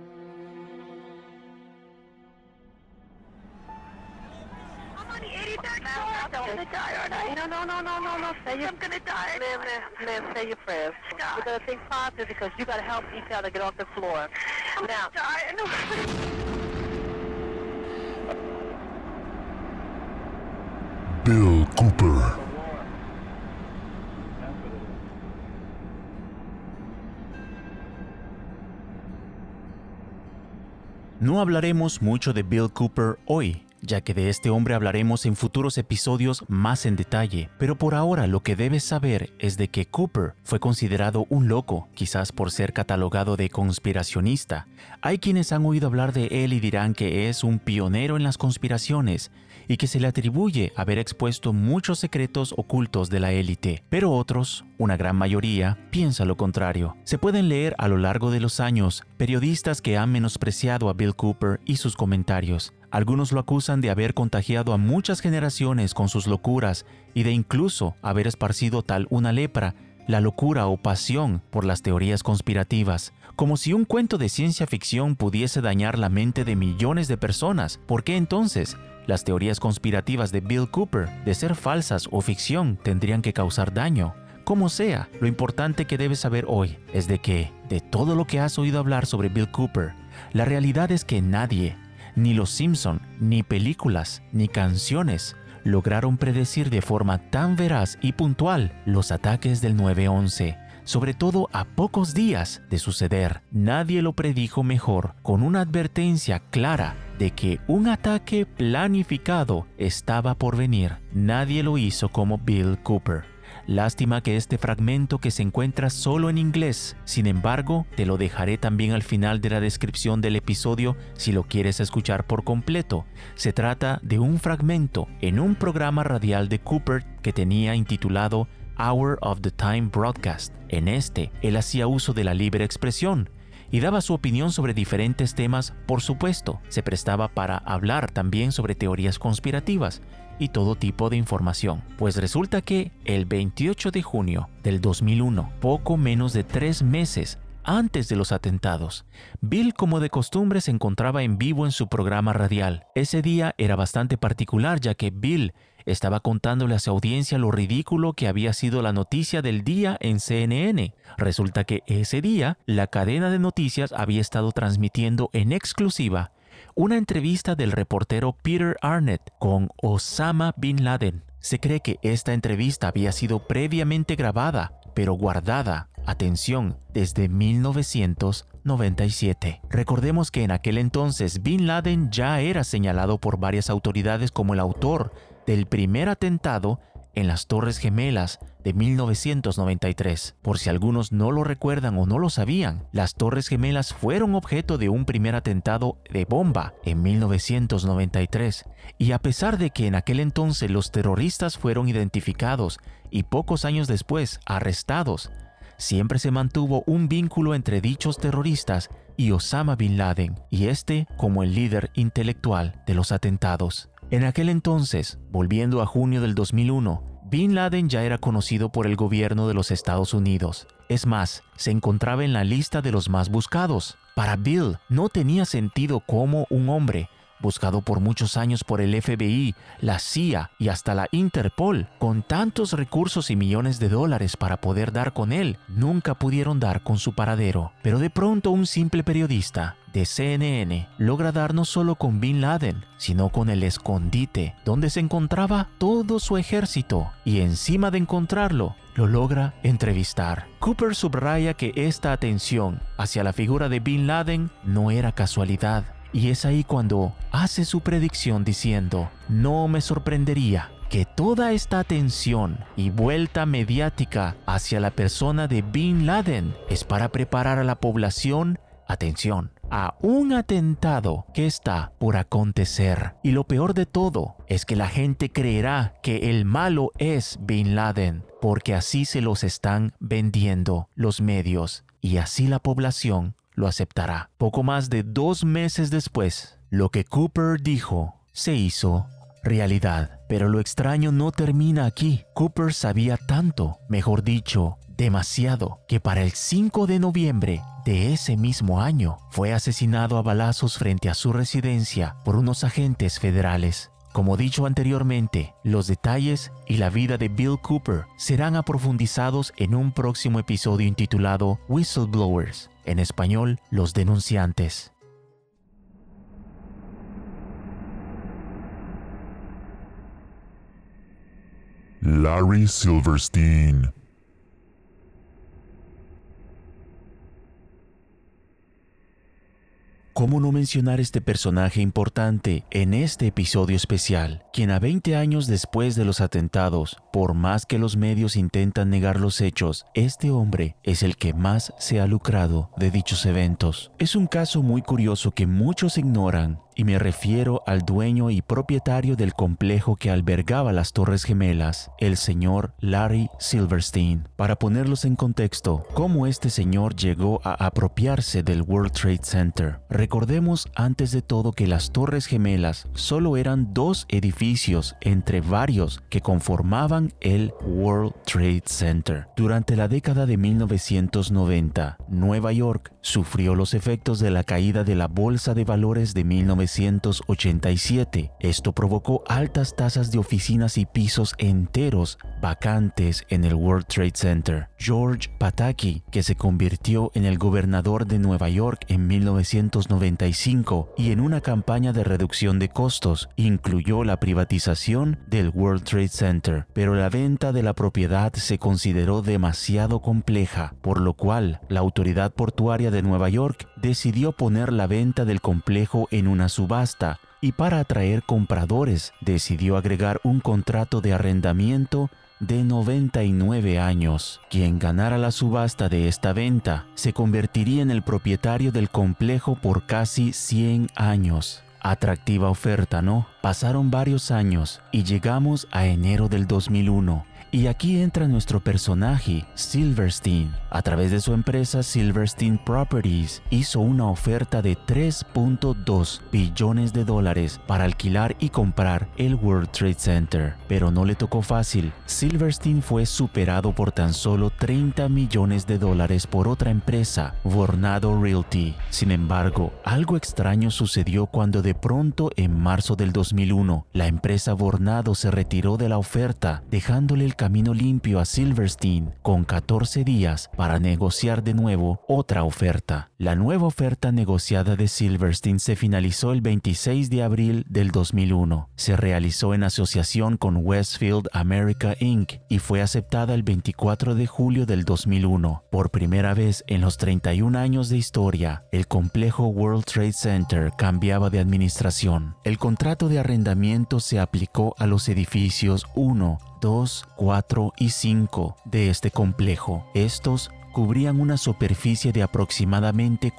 I don't want to die, aren't I? No. I'm going to die. Ma'am, say your prayers. We're going to think positive because you got to help each other get off the floor. I'm going to die. Bill Cooper. No hablaremos mucho de Bill Cooper hoy, ya que de este hombre hablaremos en futuros episodios más en detalle, pero por ahora lo que debes saber es de que Cooper fue considerado un loco, quizás por ser catalogado de conspiracionista. Hay quienes han oído hablar de él y dirán que es un pionero en las conspiraciones y que se le atribuye haber expuesto muchos secretos ocultos de la élite, pero otros, una gran mayoría, piensa lo contrario. Se pueden leer a lo largo de los años periodistas que han menospreciado a Bill Cooper y sus comentarios. Algunos lo acusan de haber contagiado a muchas generaciones con sus locuras y de incluso haber esparcido tal una lepra, la locura o pasión por las teorías conspirativas. Como si un cuento de ciencia ficción pudiese dañar la mente de millones de personas, ¿por qué entonces las teorías conspirativas de Bill Cooper, de ser falsas o ficción, tendrían que causar daño? Como sea, lo importante que debes saber hoy es de que, de todo lo que has oído hablar sobre Bill Cooper, la realidad es que nadie, ni los Simpson, ni películas, ni canciones, lograron predecir de forma tan veraz y puntual los ataques del 9/11, sobre todo a pocos días de suceder. Nadie lo predijo mejor, con una advertencia clara de que un ataque planificado estaba por venir. Nadie lo hizo como Bill Cooper. Lástima que este fragmento que se encuentra solo en inglés. Sin embargo, te lo dejaré también al final de la descripción del episodio si lo quieres escuchar por completo. Se trata de un fragmento en un programa radial de Cooper que tenía intitulado Hour of the Time Broadcast. En este, él hacía uso de la libre expresión y daba su opinión sobre diferentes temas. Por supuesto, se prestaba para hablar también sobre teorías conspirativas y todo tipo de información. Pues resulta que el 28 de junio del 2001, poco menos de 3 meses antes de los atentados, Bill, como de costumbre, se encontraba en vivo en su programa radial. Ese día era bastante particular, ya que Bill estaba contándole a su audiencia lo ridículo que había sido la noticia del día en CNN. Resulta que ese día, la cadena de noticias había estado transmitiendo en exclusiva una entrevista del reportero Peter Arnett con Osama Bin Laden. Se cree que esta entrevista había sido previamente grabada, pero guardada, atención, desde 1997. Recordemos que en aquel entonces Bin Laden ya era señalado por varias autoridades como el autor del primer atentado en las Torres Gemelas de 1993. Por si algunos no lo recuerdan o no lo sabían, las Torres Gemelas fueron objeto de un primer atentado de bomba en 1993. Y a pesar de que en aquel entonces los terroristas fueron identificados y pocos años después arrestados, siempre se mantuvo un vínculo entre dichos terroristas y Osama Bin Laden, y este como el líder intelectual de los atentados. En aquel entonces, volviendo a junio del 2001, Bin Laden ya era conocido por el gobierno de los Estados Unidos. Es más, se encontraba en la lista de los más buscados. Para Bill, no tenía sentido cómo un hombre, buscado por muchos años por el FBI, la CIA y hasta la Interpol, con tantos recursos y millones de dólares para poder dar con él, nunca pudieron dar con su paradero. Pero de pronto un simple periodista de CNN logra dar no solo con Bin Laden, sino con el escondite donde se encontraba todo su ejército, y encima de encontrarlo, lo logra entrevistar. Cooper subraya que esta atención hacia la figura de Bin Laden no era casualidad. Y es ahí cuando hace su predicción diciendo: no me sorprendería que toda esta atención y vuelta mediática hacia la persona de Bin Laden es para preparar a la población, atención, a un atentado que está por acontecer. Y lo peor de todo es que la gente creerá que el malo es Bin Laden, porque así se los están vendiendo los medios, y así la población lo aceptará. Poco más de 2 meses después, lo que Cooper dijo se hizo realidad. Pero lo extraño no termina aquí. Cooper sabía tanto, mejor dicho, demasiado, que para el 5 de noviembre de ese mismo año fue asesinado a balazos frente a su residencia por unos agentes federales. Como dicho anteriormente, los detalles y la vida de Bill Cooper serán aprofundizados en un próximo episodio intitulado Whistleblowers, en español, Los Denunciantes. Larry Silverstein. ¿Cómo no mencionar este personaje importante en este episodio especial, quien a 20 años después de los atentados, por más que los medios intentan negar los hechos, este hombre es el que más se ha lucrado de dichos eventos? Es un caso muy curioso que muchos ignoran, y me refiero al dueño y propietario del complejo que albergaba las Torres Gemelas, el señor Larry Silverstein. Para ponerlos en contexto, cómo este señor llegó a apropiarse del World Trade Center. Recordemos antes de todo que las Torres Gemelas solo eran 2 edificios entre varios que conformaban el World Trade Center. Durante la década de 1990, Nueva York sufrió los efectos de la caída de la Bolsa de Valores de 1987. Esto provocó altas tasas de oficinas y pisos enteros vacantes en el World Trade Center. George Pataki, que se convirtió en el gobernador de Nueva York en 1995 y en una campaña de reducción de costos, incluyó la privatización del World Trade Center, pero la venta de la propiedad se consideró demasiado compleja, por lo cual la autoridad portuaria de Nueva York decidió poner la venta del complejo en una subasta y para atraer compradores decidió agregar un contrato de arrendamiento de 99 años. Quien ganara la subasta de esta venta se convertiría en el propietario del complejo por casi 100 años. Atractiva oferta, ¿no? Pasaron varios años y llegamos a enero del 2001. Y aquí entra nuestro personaje, Silverstein. A través de su empresa Silverstein Properties, hizo una oferta de $3.2 billones para alquilar y comprar el World Trade Center. Pero no le tocó fácil. Silverstein fue superado por tan solo $30 millones por otra empresa, Vornado Realty. Sin embargo, algo extraño sucedió cuando de pronto, en marzo del 2001, la empresa Vornado se retiró de la oferta, dejándole el camino limpio a Silverstein con 14 días para negociar de nuevo otra oferta. La nueva oferta negociada de Silverstein se finalizó el 26 de abril del 2001. Se realizó en asociación con Westfield America Inc. y fue aceptada el 24 de julio del 2001. Por primera vez en los 31 años de historia, el complejo World Trade Center cambiaba de administración. El contrato de arrendamiento se aplicó a los edificios 1, 2, 4 y 5 de este complejo. Estos cubrían una superficie de aproximadamente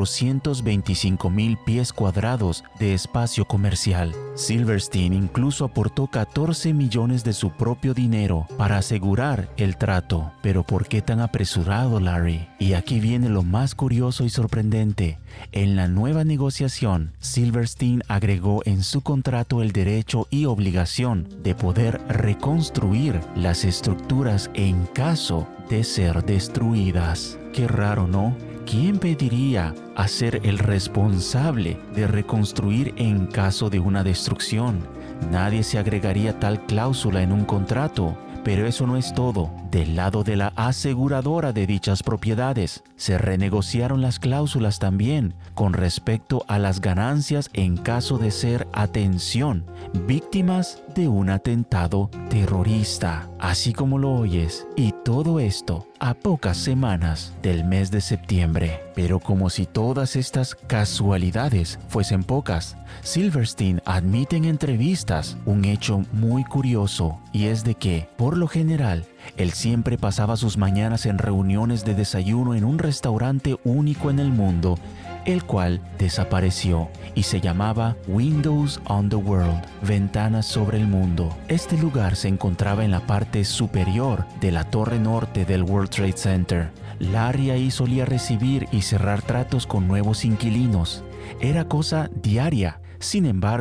425,000 pies cuadrados de espacio comercial. Silverstein incluso aportó 14 millones de su propio dinero para asegurar el trato. Pero ¿por qué tan apresurado, Larry? Y aquí viene lo más curioso y sorprendente. En la nueva negociación, Silverstein agregó en su contrato el derecho y obligación de poder reconstruir las estructuras en caso de ser destruidas. Qué raro, ¿no? ¿Quién pediría a ser el responsable de reconstruir en caso de una destrucción? Nadie se agregaría tal cláusula en un contrato. Pero eso no es todo. Del lado de la aseguradora de dichas propiedades, se renegociaron las cláusulas también con respecto a las ganancias en caso de ser, atención, víctimas de un atentado terrorista. Así como lo oyes, y todo esto a pocas semanas del mes de septiembre. Pero como si todas estas casualidades fuesen pocas, Silverstein admite en entrevistas un hecho muy curioso, y es de que, por lo general, él siempre pasaba sus mañanas en reuniones de desayuno en un restaurante único en el mundo, el cual desapareció y se llamaba Windows on the World, Ventanas sobre el Mundo. Este lugar se encontraba en la parte superior de la torre norte del World Trade Center. Larry ahí solía recibir y cerrar tratos con nuevos inquilinos. Era cosa diaria. Sin embargo,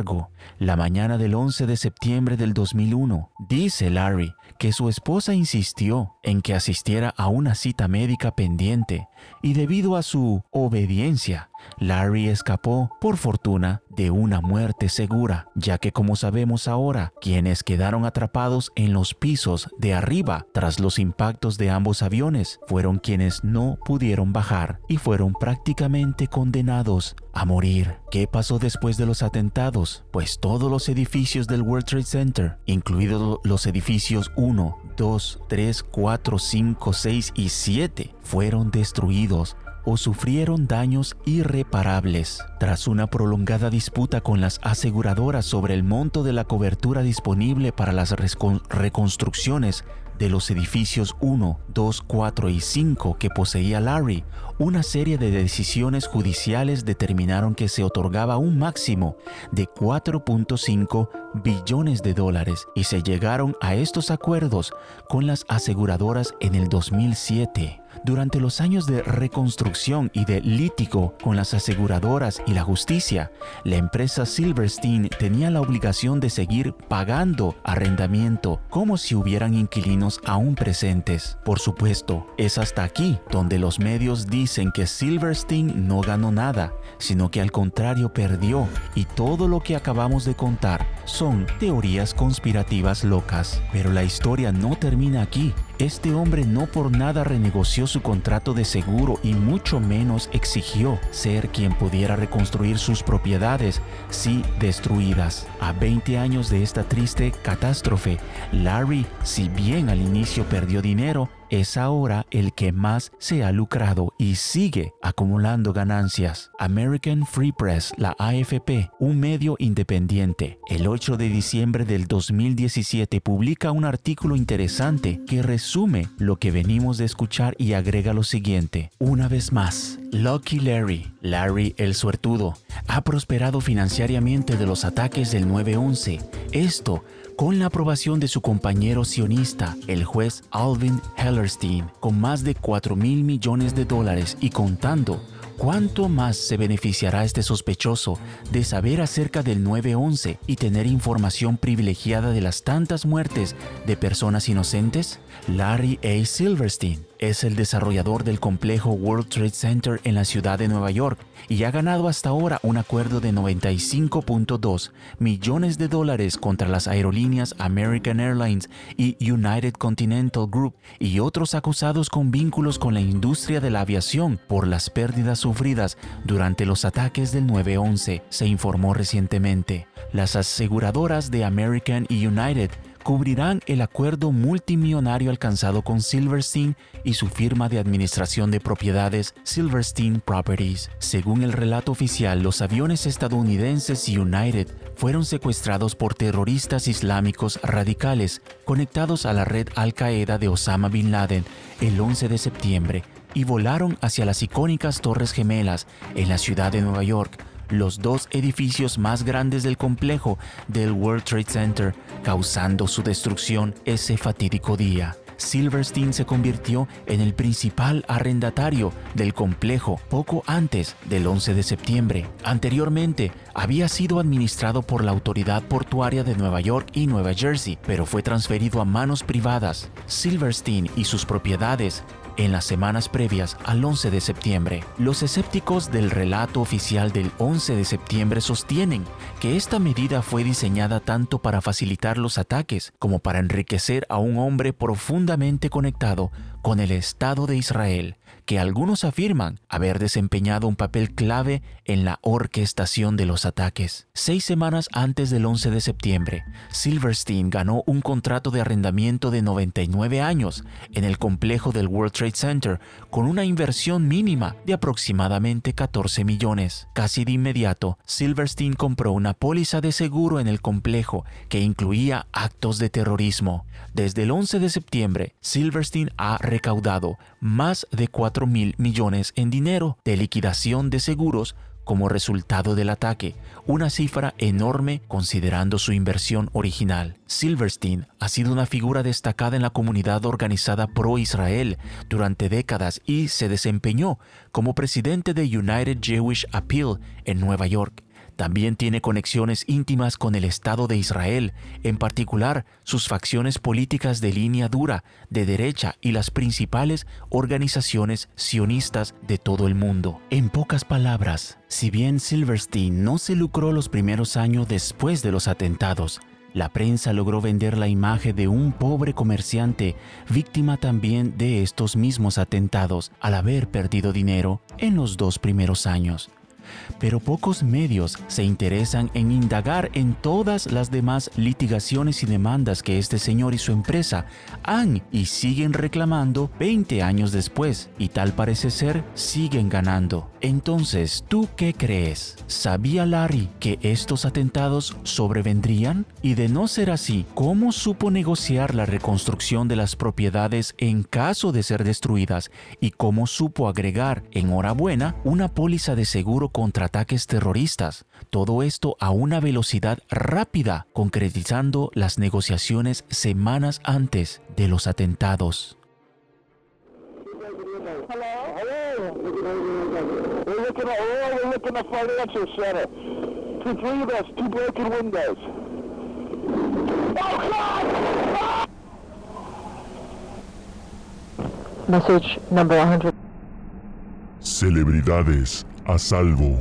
la mañana del 11 de septiembre del 2001. Dice Larry que su esposa insistió en que asistiera a una cita médica pendiente y debido a su obediencia, Larry escapó, por fortuna, de una muerte segura, ya que como sabemos ahora, quienes quedaron atrapados en los pisos de arriba tras los impactos de ambos aviones fueron quienes no pudieron bajar y fueron prácticamente condenados a morir. ¿Qué pasó después de los atentados? Pues todos los edificios del World Trade Center, incluidos los edificios 1, 2, 3, 4, 5, 6 y 7, fueron destruidos o sufrieron daños irreparables. Tras una prolongada disputa con las aseguradoras sobre el monto de la cobertura disponible para las reconstrucciones de los edificios 1, 2, 4 y 5 que poseía Larry, una serie de decisiones judiciales determinaron que se otorgaba un máximo de $4.5 billones y se llegaron a estos acuerdos con las aseguradoras en el 2007. Durante los años de reconstrucción y de litigio con las aseguradoras y la justicia, la empresa Silverstein tenía la obligación de seguir pagando arrendamiento como si hubieran inquilinos aún presentes. Por supuesto, es hasta aquí donde los medios dicen que Silverstein no ganó nada, sino que al contrario perdió, y todo lo que acabamos de contar son teorías conspirativas locas. Pero la historia no termina aquí. Este hombre no por nada renegoció su contrato de seguro y mucho menos exigió ser quien pudiera reconstruir sus propiedades si destruidas. A 20 años de esta triste catástrofe, Larry, si bien al inicio perdió dinero, es ahora el que más se ha lucrado y sigue acumulando ganancias. American Free Press, la AFP, un medio independiente, el 8 de diciembre del 2017 publica un artículo interesante que resume lo que venimos de escuchar y agrega lo siguiente. Una vez más, Lucky Larry, Larry el suertudo, ha prosperado financieramente de los ataques del 9/11. Esto con la aprobación de su compañero sionista, el juez Alvin Hellerstein, con más de $4,000 millones y contando. ¿Cuánto más se beneficiará este sospechoso de saber acerca del 9/11 y tener información privilegiada de las tantas muertes de personas inocentes? Larry A. Silverstein es el desarrollador del complejo World Trade Center en la ciudad de Nueva York y ha ganado hasta ahora un acuerdo de $95.2 millones contra las aerolíneas American Airlines y United Continental Group y otros acusados con vínculos con la industria de la aviación por las pérdidas sufridas durante los ataques del 9/11, se informó recientemente. Las aseguradoras de American y United cubrirán el acuerdo multimillonario alcanzado con Silverstein y su firma de administración de propiedades Silverstein Properties. Según el relato oficial, los aviones estadounidenses United fueron secuestrados por terroristas islámicos radicales conectados a la red Al-Qaeda de Osama Bin Laden el 11 de septiembre y volaron hacia las icónicas Torres Gemelas en la ciudad de Nueva York, los dos edificios más grandes del complejo del World Trade Center, causando su destrucción ese fatídico día. Silverstein se convirtió en el principal arrendatario del complejo poco antes del 11 de septiembre. Anteriormente, había sido administrado por la Autoridad Portuaria de Nueva York y Nueva Jersey, pero fue transferido a manos privadas. Silverstein y sus propiedades en las semanas previas al 11 de septiembre. Los escépticos del relato oficial del 11 de septiembre sostienen que esta medida fue diseñada tanto para facilitar los ataques como para enriquecer a un hombre profundamente conectado con el Estado de Israel, que algunos afirman haber desempeñado un papel clave en la orquestación de los ataques. 6 semanas antes del 11 de septiembre, Silverstein ganó un contrato de arrendamiento de 99 años en el complejo del World Trade Center con una inversión mínima de aproximadamente 14 millones. Casi de inmediato, Silverstein compró una póliza de seguro en el complejo que incluía actos de terrorismo. Desde el 11 de septiembre, Silverstein ha recaudado más de $4,000 millones en dinero de liquidación de seguros como resultado del ataque, una cifra enorme considerando su inversión original. Silverstein ha sido una figura destacada en la comunidad organizada pro-Israel durante décadas y se desempeñó como presidente de United Jewish Appeal en Nueva York. También tiene conexiones íntimas con el Estado de Israel, en particular sus facciones políticas de línea dura, de derecha y las principales organizaciones sionistas de todo el mundo. En pocas palabras, si bien Silverstein no se lucró los primeros años después de los atentados, la prensa logró vender la imagen de un pobre comerciante, víctima también de estos mismos atentados, al haber perdido dinero en los 2 primeros años. Pero pocos medios se interesan en indagar en todas las demás litigaciones y demandas que este señor y su empresa han y siguen reclamando 20 años después, y tal parece ser, siguen ganando. Entonces, ¿tú qué crees? ¿Sabía Larry que estos atentados sobrevendrían? Y de no ser así, ¿cómo supo negociar la reconstrucción de las propiedades en caso de ser destruidas? ¿Y cómo supo agregar, enhorabuena, una póliza de seguro contra ataques terroristas? Todo esto a una velocidad rápida, concretizando las negociaciones semanas antes de los atentados. Message number 100. Celebridades a salvo.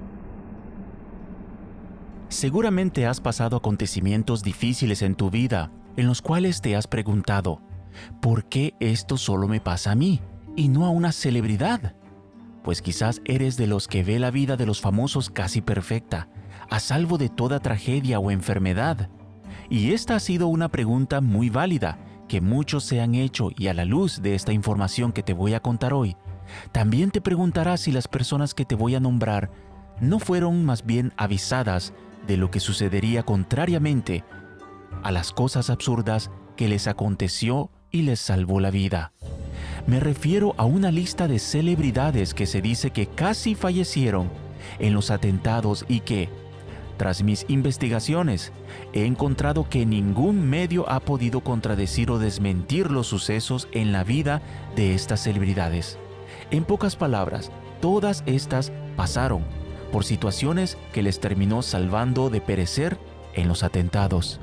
Seguramente has pasado acontecimientos difíciles en tu vida, en los cuales te has preguntado, ¿por qué esto solo me pasa a mí y no a una celebridad? Pues quizás eres de los que ve la vida de los famosos casi perfecta, a salvo de toda tragedia o enfermedad. Y esta ha sido una pregunta muy válida que muchos se han hecho, y a la luz de esta información que te voy a contar hoy, también te preguntarás si las personas que te voy a nombrar no fueron más bien avisadas de lo que sucedería contrariamente a las cosas absurdas que les aconteció y les salvó la vida. Me refiero a una lista de celebridades que se dice que casi fallecieron en los atentados y que, tras mis investigaciones, he encontrado que ningún medio ha podido contradecir o desmentir los sucesos en la vida de estas celebridades. En pocas palabras, todas estas pasaron por situaciones que les terminó salvando de perecer en los atentados.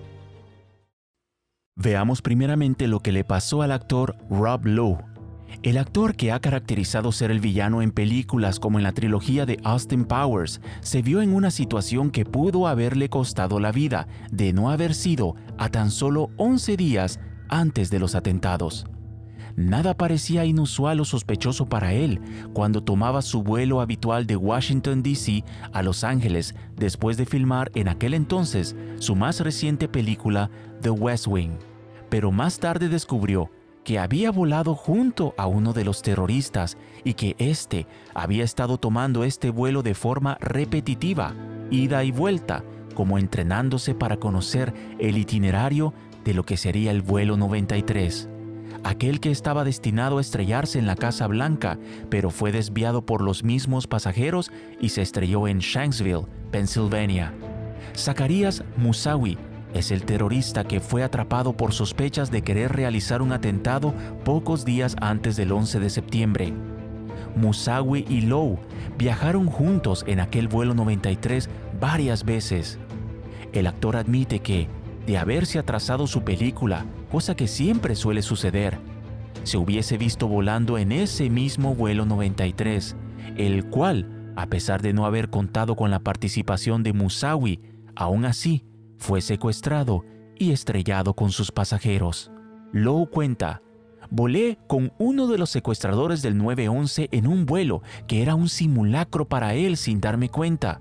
Veamos primeramente lo que le pasó al actor Rob Lowe. El actor, que ha caracterizado ser el villano en películas como en la trilogía de Austin Powers, se vio en una situación que pudo haberle costado la vida de no haber sido a tan solo 11 días antes de los atentados. Nada parecía inusual o sospechoso para él cuando tomaba su vuelo habitual de Washington, D.C. a Los Ángeles después de filmar en aquel entonces su más reciente película, The West Wing. Pero más tarde descubrió que había volado junto a uno de los terroristas y que éste había estado tomando este vuelo de forma repetitiva, ida y vuelta, como entrenándose para conocer el itinerario de lo que sería el vuelo 93. Aquel que estaba destinado a estrellarse en la Casa Blanca, pero fue desviado por los mismos pasajeros y se estrelló en Shanksville, Pensilvania. Zaccarías Moussaoui es el terrorista que fue atrapado por sospechas de querer realizar un atentado pocos días antes del 11 de septiembre. Moussaoui y Lowe viajaron juntos en aquel vuelo 93 varias veces. El actor admite que, de haberse atrasado su película, cosa que siempre suele suceder, se hubiese visto volando en ese mismo vuelo 93, el cual, a pesar de no haber contado con la participación de Moussaoui, aún así fue secuestrado y estrellado con sus pasajeros. Lowe cuenta: volé con uno de los secuestradores del 911 en un vuelo que era un simulacro para él sin darme cuenta.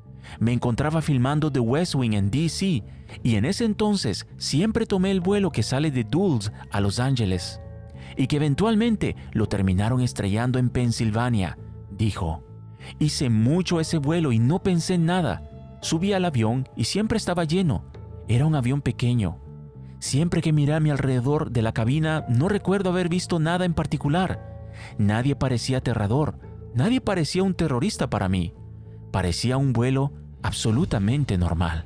Me encontraba filmando The West Wing en D.C. y en ese entonces siempre tomé el vuelo que sale de Dulles a Los Ángeles y que eventualmente lo terminaron estrellando en Pensilvania, dijo. Hice mucho ese vuelo y no pensé en nada. Subí al avión y siempre estaba lleno. Era un avión pequeño. Siempre que miré a mi alrededor de la cabina no recuerdo haber visto nada en particular. Nadie parecía aterrador. Nadie parecía un terrorista para mí. Parecía un vuelo absolutamente normal.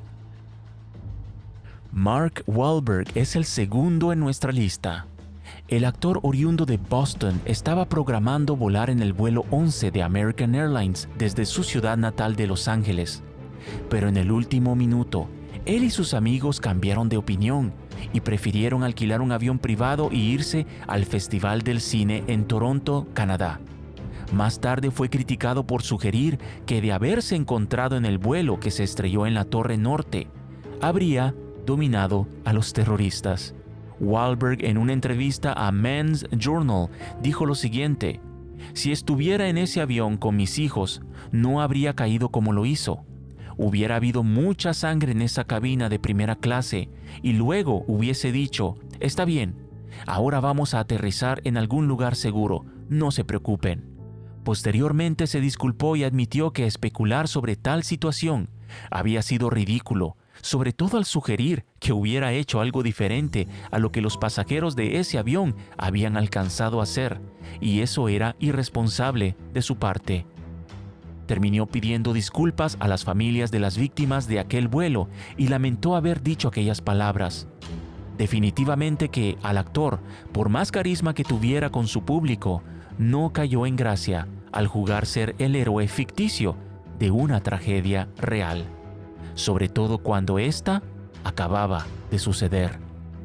Mark Wahlberg es el segundo en nuestra lista. El actor oriundo de Boston estaba programando volar en el vuelo 11 de American Airlines desde su ciudad natal de Los Ángeles. pero en el último minuto, él y sus amigos cambiaron de opinión y prefirieron alquilar un avión privado y irse al Festival del Cine en Toronto, Canadá. Más tarde fue criticado por sugerir que de haberse encontrado en el vuelo que se estrelló en la Torre Norte, habría dominado a los terroristas. Wahlberg, en una entrevista a Men's Journal, dijo lo siguiente: «Si estuviera en ese avión con mis hijos, no habría caído como lo hizo. Hubiera habido mucha sangre en esa cabina de primera clase y luego hubiese dicho, está bien, ahora vamos a aterrizar en algún lugar seguro, no se preocupen». Posteriormente se disculpó y admitió que especular sobre tal situación había sido ridículo, sobre todo al sugerir que hubiera hecho algo diferente a lo que los pasajeros de ese avión habían alcanzado a hacer, y eso era irresponsable de su parte. Terminó pidiendo disculpas a las familias de las víctimas de aquel vuelo y lamentó haber dicho aquellas palabras. Definitivamente que al actor, por más carisma que tuviera con su público, no cayó en gracia al jugar ser el héroe ficticio de una tragedia real, sobre todo cuando ésta acababa de suceder.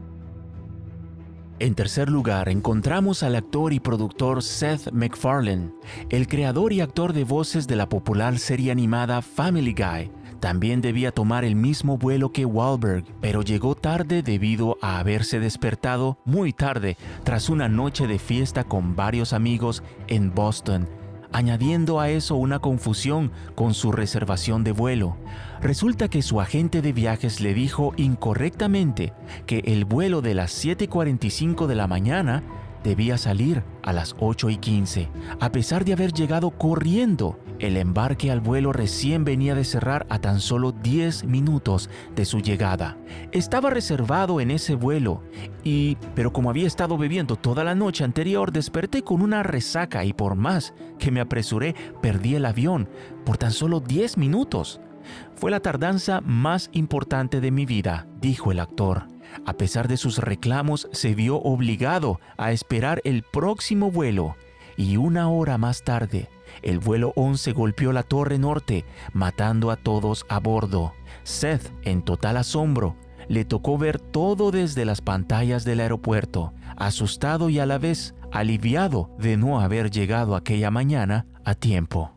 En tercer lugar, encontramos al actor y productor Seth MacFarlane, el creador y actor de voces de la popular serie animada Family Guy. También debía tomar el mismo vuelo que Wahlberg, pero llegó tarde debido a haberse despertado muy tarde tras una noche de fiesta con varios amigos en Boston, añadiendo a eso una confusión con su reservación de vuelo. Resulta que su agente de viajes le dijo incorrectamente que el vuelo de las 7:45 de la mañana debía salir a las 8:15. A pesar de haber llegado corriendo, el embarque al vuelo recién venía de cerrar a tan solo 10 minutos de su llegada. Estaba reservado en ese vuelo, pero como había estado bebiendo toda la noche anterior, desperté con una resaca y por más que me apresuré, perdí el avión por tan solo 10 minutos. Fue la tardanza más importante de mi vida, dijo el actor. A pesar de sus reclamos, se vio obligado a esperar el próximo vuelo y una hora más tarde, el vuelo 11 golpeó la Torre Norte, matando a todos a bordo. Seth, en total asombro, le tocó ver todo desde las pantallas del aeropuerto, asustado y a la vez aliviado de no haber llegado aquella mañana a tiempo.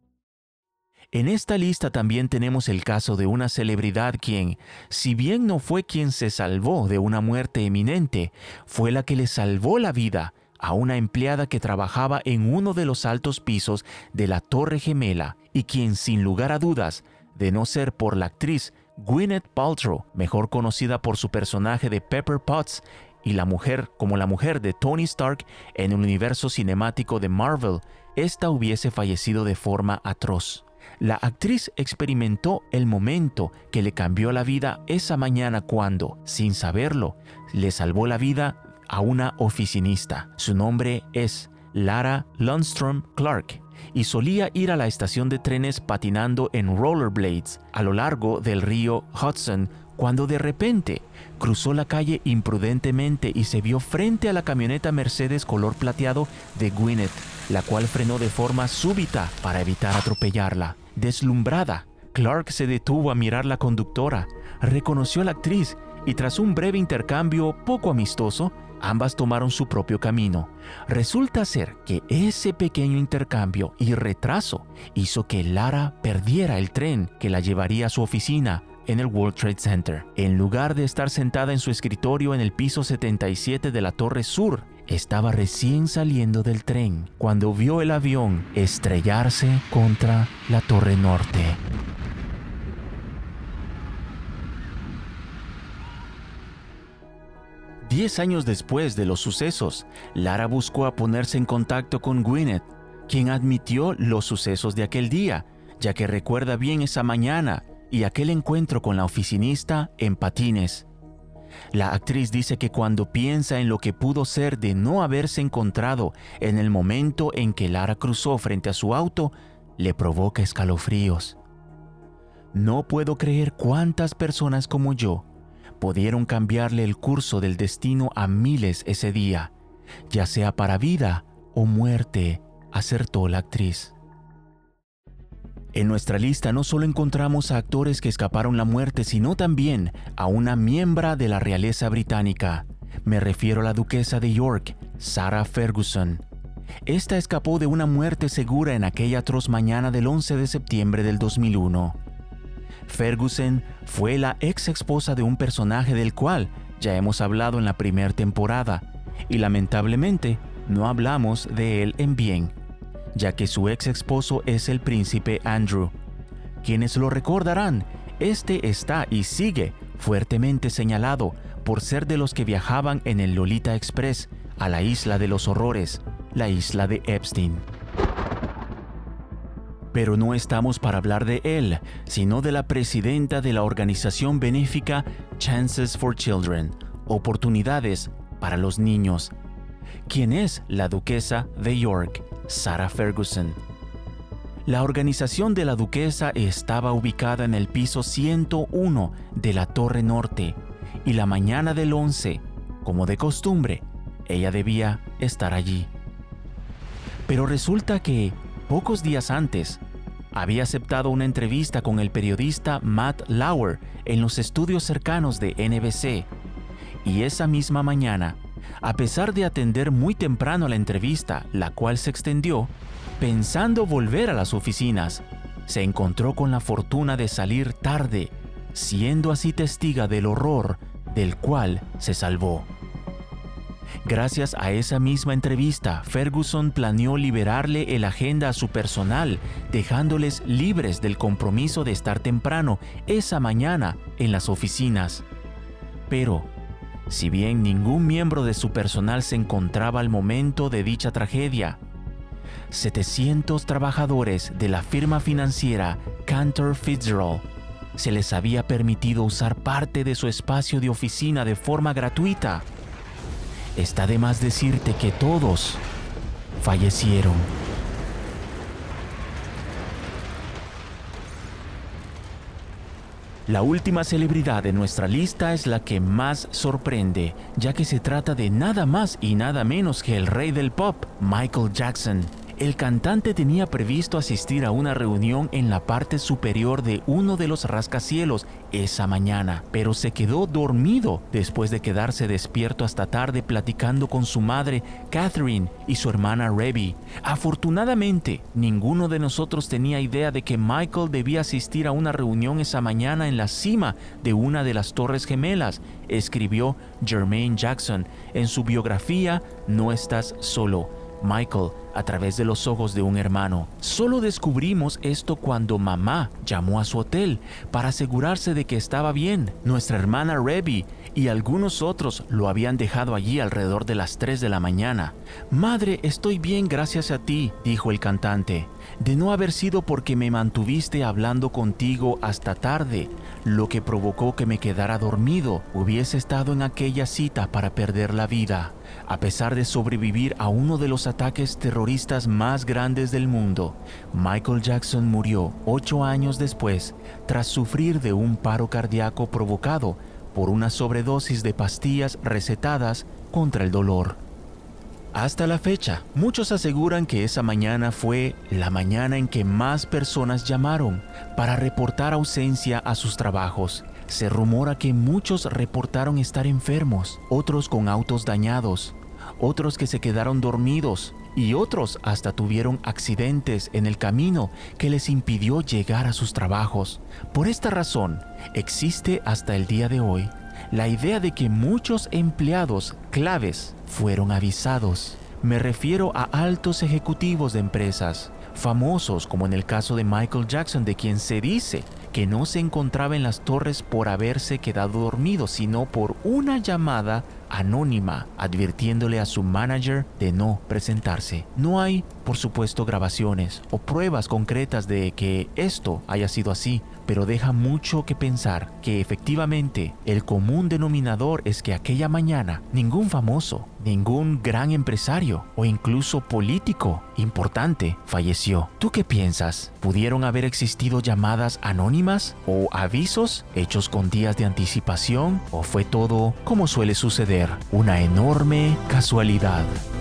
En esta lista también tenemos el caso de una celebridad quien, si bien no fue quien se salvó de una muerte eminente, fue la que le salvó la vida a una empleada que trabajaba en uno de los altos pisos de la Torre Gemela y quien, sin lugar a dudas, de no ser por la actriz Gwyneth Paltrow, mejor conocida por su personaje de Pepper Potts, y la mujer de Tony Stark en el universo cinemático de Marvel, esta hubiese fallecido de forma atroz. La actriz experimentó el momento que le cambió la vida esa mañana cuando, sin saberlo, le salvó la vida a una oficinista. Su nombre es Lara Lundstrom Clark y solía ir a la estación de trenes patinando en rollerblades a lo largo del río Hudson cuando de repente cruzó la calle imprudentemente y se vio frente a la camioneta Mercedes color plateado de Gwyneth, la cual frenó de forma súbita para evitar atropellarla. Deslumbrada, Clark se detuvo a mirar a la conductora, reconoció a la actriz y tras un breve intercambio poco amistoso, ambas tomaron su propio camino. Resulta ser que ese pequeño intercambio y retraso hizo que Lara perdiera el tren que la llevaría a su oficina en el World Trade Center. En lugar de estar sentada en su escritorio en el piso 77 de la Torre Sur, estaba recién saliendo del tren cuando vio el avión estrellarse contra la Torre Norte. Diez años después de los sucesos, Lara buscó a ponerse en contacto con Gwyneth, quien admitió los sucesos de aquel día, ya que recuerda bien esa mañana y aquel encuentro con la oficinista en patines. La actriz dice que cuando piensa en lo que pudo ser de no haberse encontrado en el momento en que Lara cruzó frente a su auto, le provoca escalofríos. No puedo creer cuántas personas como yo pudieron cambiarle el curso del destino a miles ese día, ya sea para vida o muerte, acertó la actriz. En nuestra lista no solo encontramos a actores que escaparon la muerte, sino también a una miembro de la realeza británica. Me refiero a la duquesa de York, Sarah Ferguson. Esta escapó de una muerte segura en aquella atroz mañana del 11 de septiembre del 2001. Ferguson fue la ex esposa de un personaje del cual ya hemos hablado en la primera temporada, y lamentablemente no hablamos de él en bien, ya que su ex esposo es el príncipe Andrew. Quienes lo recordarán, este está y sigue fuertemente señalado por ser de los que viajaban en el Lolita Express a la isla de los horrores, la isla de Epstein. Pero no estamos para hablar de él, sino de la presidenta de la organización benéfica Chances for Children, Oportunidades para los Niños, quien es la duquesa de York, Sarah Ferguson. La organización de la duquesa estaba ubicada en el piso 101 de la Torre Norte, y la mañana del 11, como de costumbre, ella debía estar allí. Pero resulta que, pocos días antes, había aceptado una entrevista con el periodista Matt Lauer en los estudios cercanos de NBC, y esa misma mañana, a pesar de atender muy temprano la entrevista, la cual se extendió, pensando volver a las oficinas, se encontró con la fortuna de salir tarde, siendo así testiga del horror del cual se salvó. Gracias a esa misma entrevista, Ferguson planeó liberarle el agenda a su personal, dejándoles libres del compromiso de estar temprano esa mañana en las oficinas. Pero, si bien ningún miembro de su personal se encontraba al momento de dicha tragedia, 700 trabajadores de la firma financiera Cantor Fitzgerald se les había permitido usar parte de su espacio de oficina de forma gratuita. Está de más decirte que todos fallecieron. La última celebridad de nuestra lista es la que más sorprende, ya que se trata de nada más y nada menos que el rey del pop, Michael Jackson. El cantante tenía previsto asistir a una reunión en la parte superior de uno de los rascacielos esa mañana, pero se quedó dormido después de quedarse despierto hasta tarde platicando con su madre, Catherine, y su hermana Rebby. Afortunadamente, ninguno de nosotros tenía idea de que Michael debía asistir a una reunión esa mañana en la cima de una de las Torres Gemelas, escribió Jermaine Jackson en su biografía No estás solo, Michael, a través de los ojos de un hermano. Solo descubrimos esto cuando mamá llamó a su hotel para asegurarse de que estaba bien. Nuestra hermana Rebby y algunos otros lo habían dejado allí alrededor de las 3 de la mañana. «Madre, estoy bien gracias a ti», dijo el cantante. «De no haber sido porque me mantuviste hablando contigo hasta tarde, lo que provocó que me quedara dormido, hubiese estado en aquella cita para perder la vida». A pesar de sobrevivir a uno de los ataques terroristas más grandes del mundo, Michael Jackson murió 8 años después tras sufrir de un paro cardíaco provocado por una sobredosis de pastillas recetadas contra el dolor. Hasta la fecha, muchos aseguran que esa mañana fue la mañana en que más personas llamaron para reportar ausencia a sus trabajos. Se rumora que muchos reportaron estar enfermos, otros con autos dañados, otros que se quedaron dormidos y otros hasta tuvieron accidentes en el camino que les impidió llegar a sus trabajos. Por esta razón, existe hasta el día de hoy la idea de que muchos empleados claves fueron avisados. Me refiero a altos ejecutivos de empresas, famosos como en el caso de Michael Jackson, de quien se dice que no se encontraba en las torres por haberse quedado dormido, sino por una llamada anónima advirtiéndole a su manager de no presentarse. No hay, por supuesto, grabaciones o pruebas concretas de que esto haya sido así, pero deja mucho que pensar que efectivamente el común denominador es que aquella mañana ningún famoso, ningún gran empresario o incluso político importante falleció. ¿Tú qué piensas? ¿Pudieron haber existido llamadas anónimas o avisos hechos con días de anticipación? ¿O fue todo, como suele suceder, una enorme casualidad?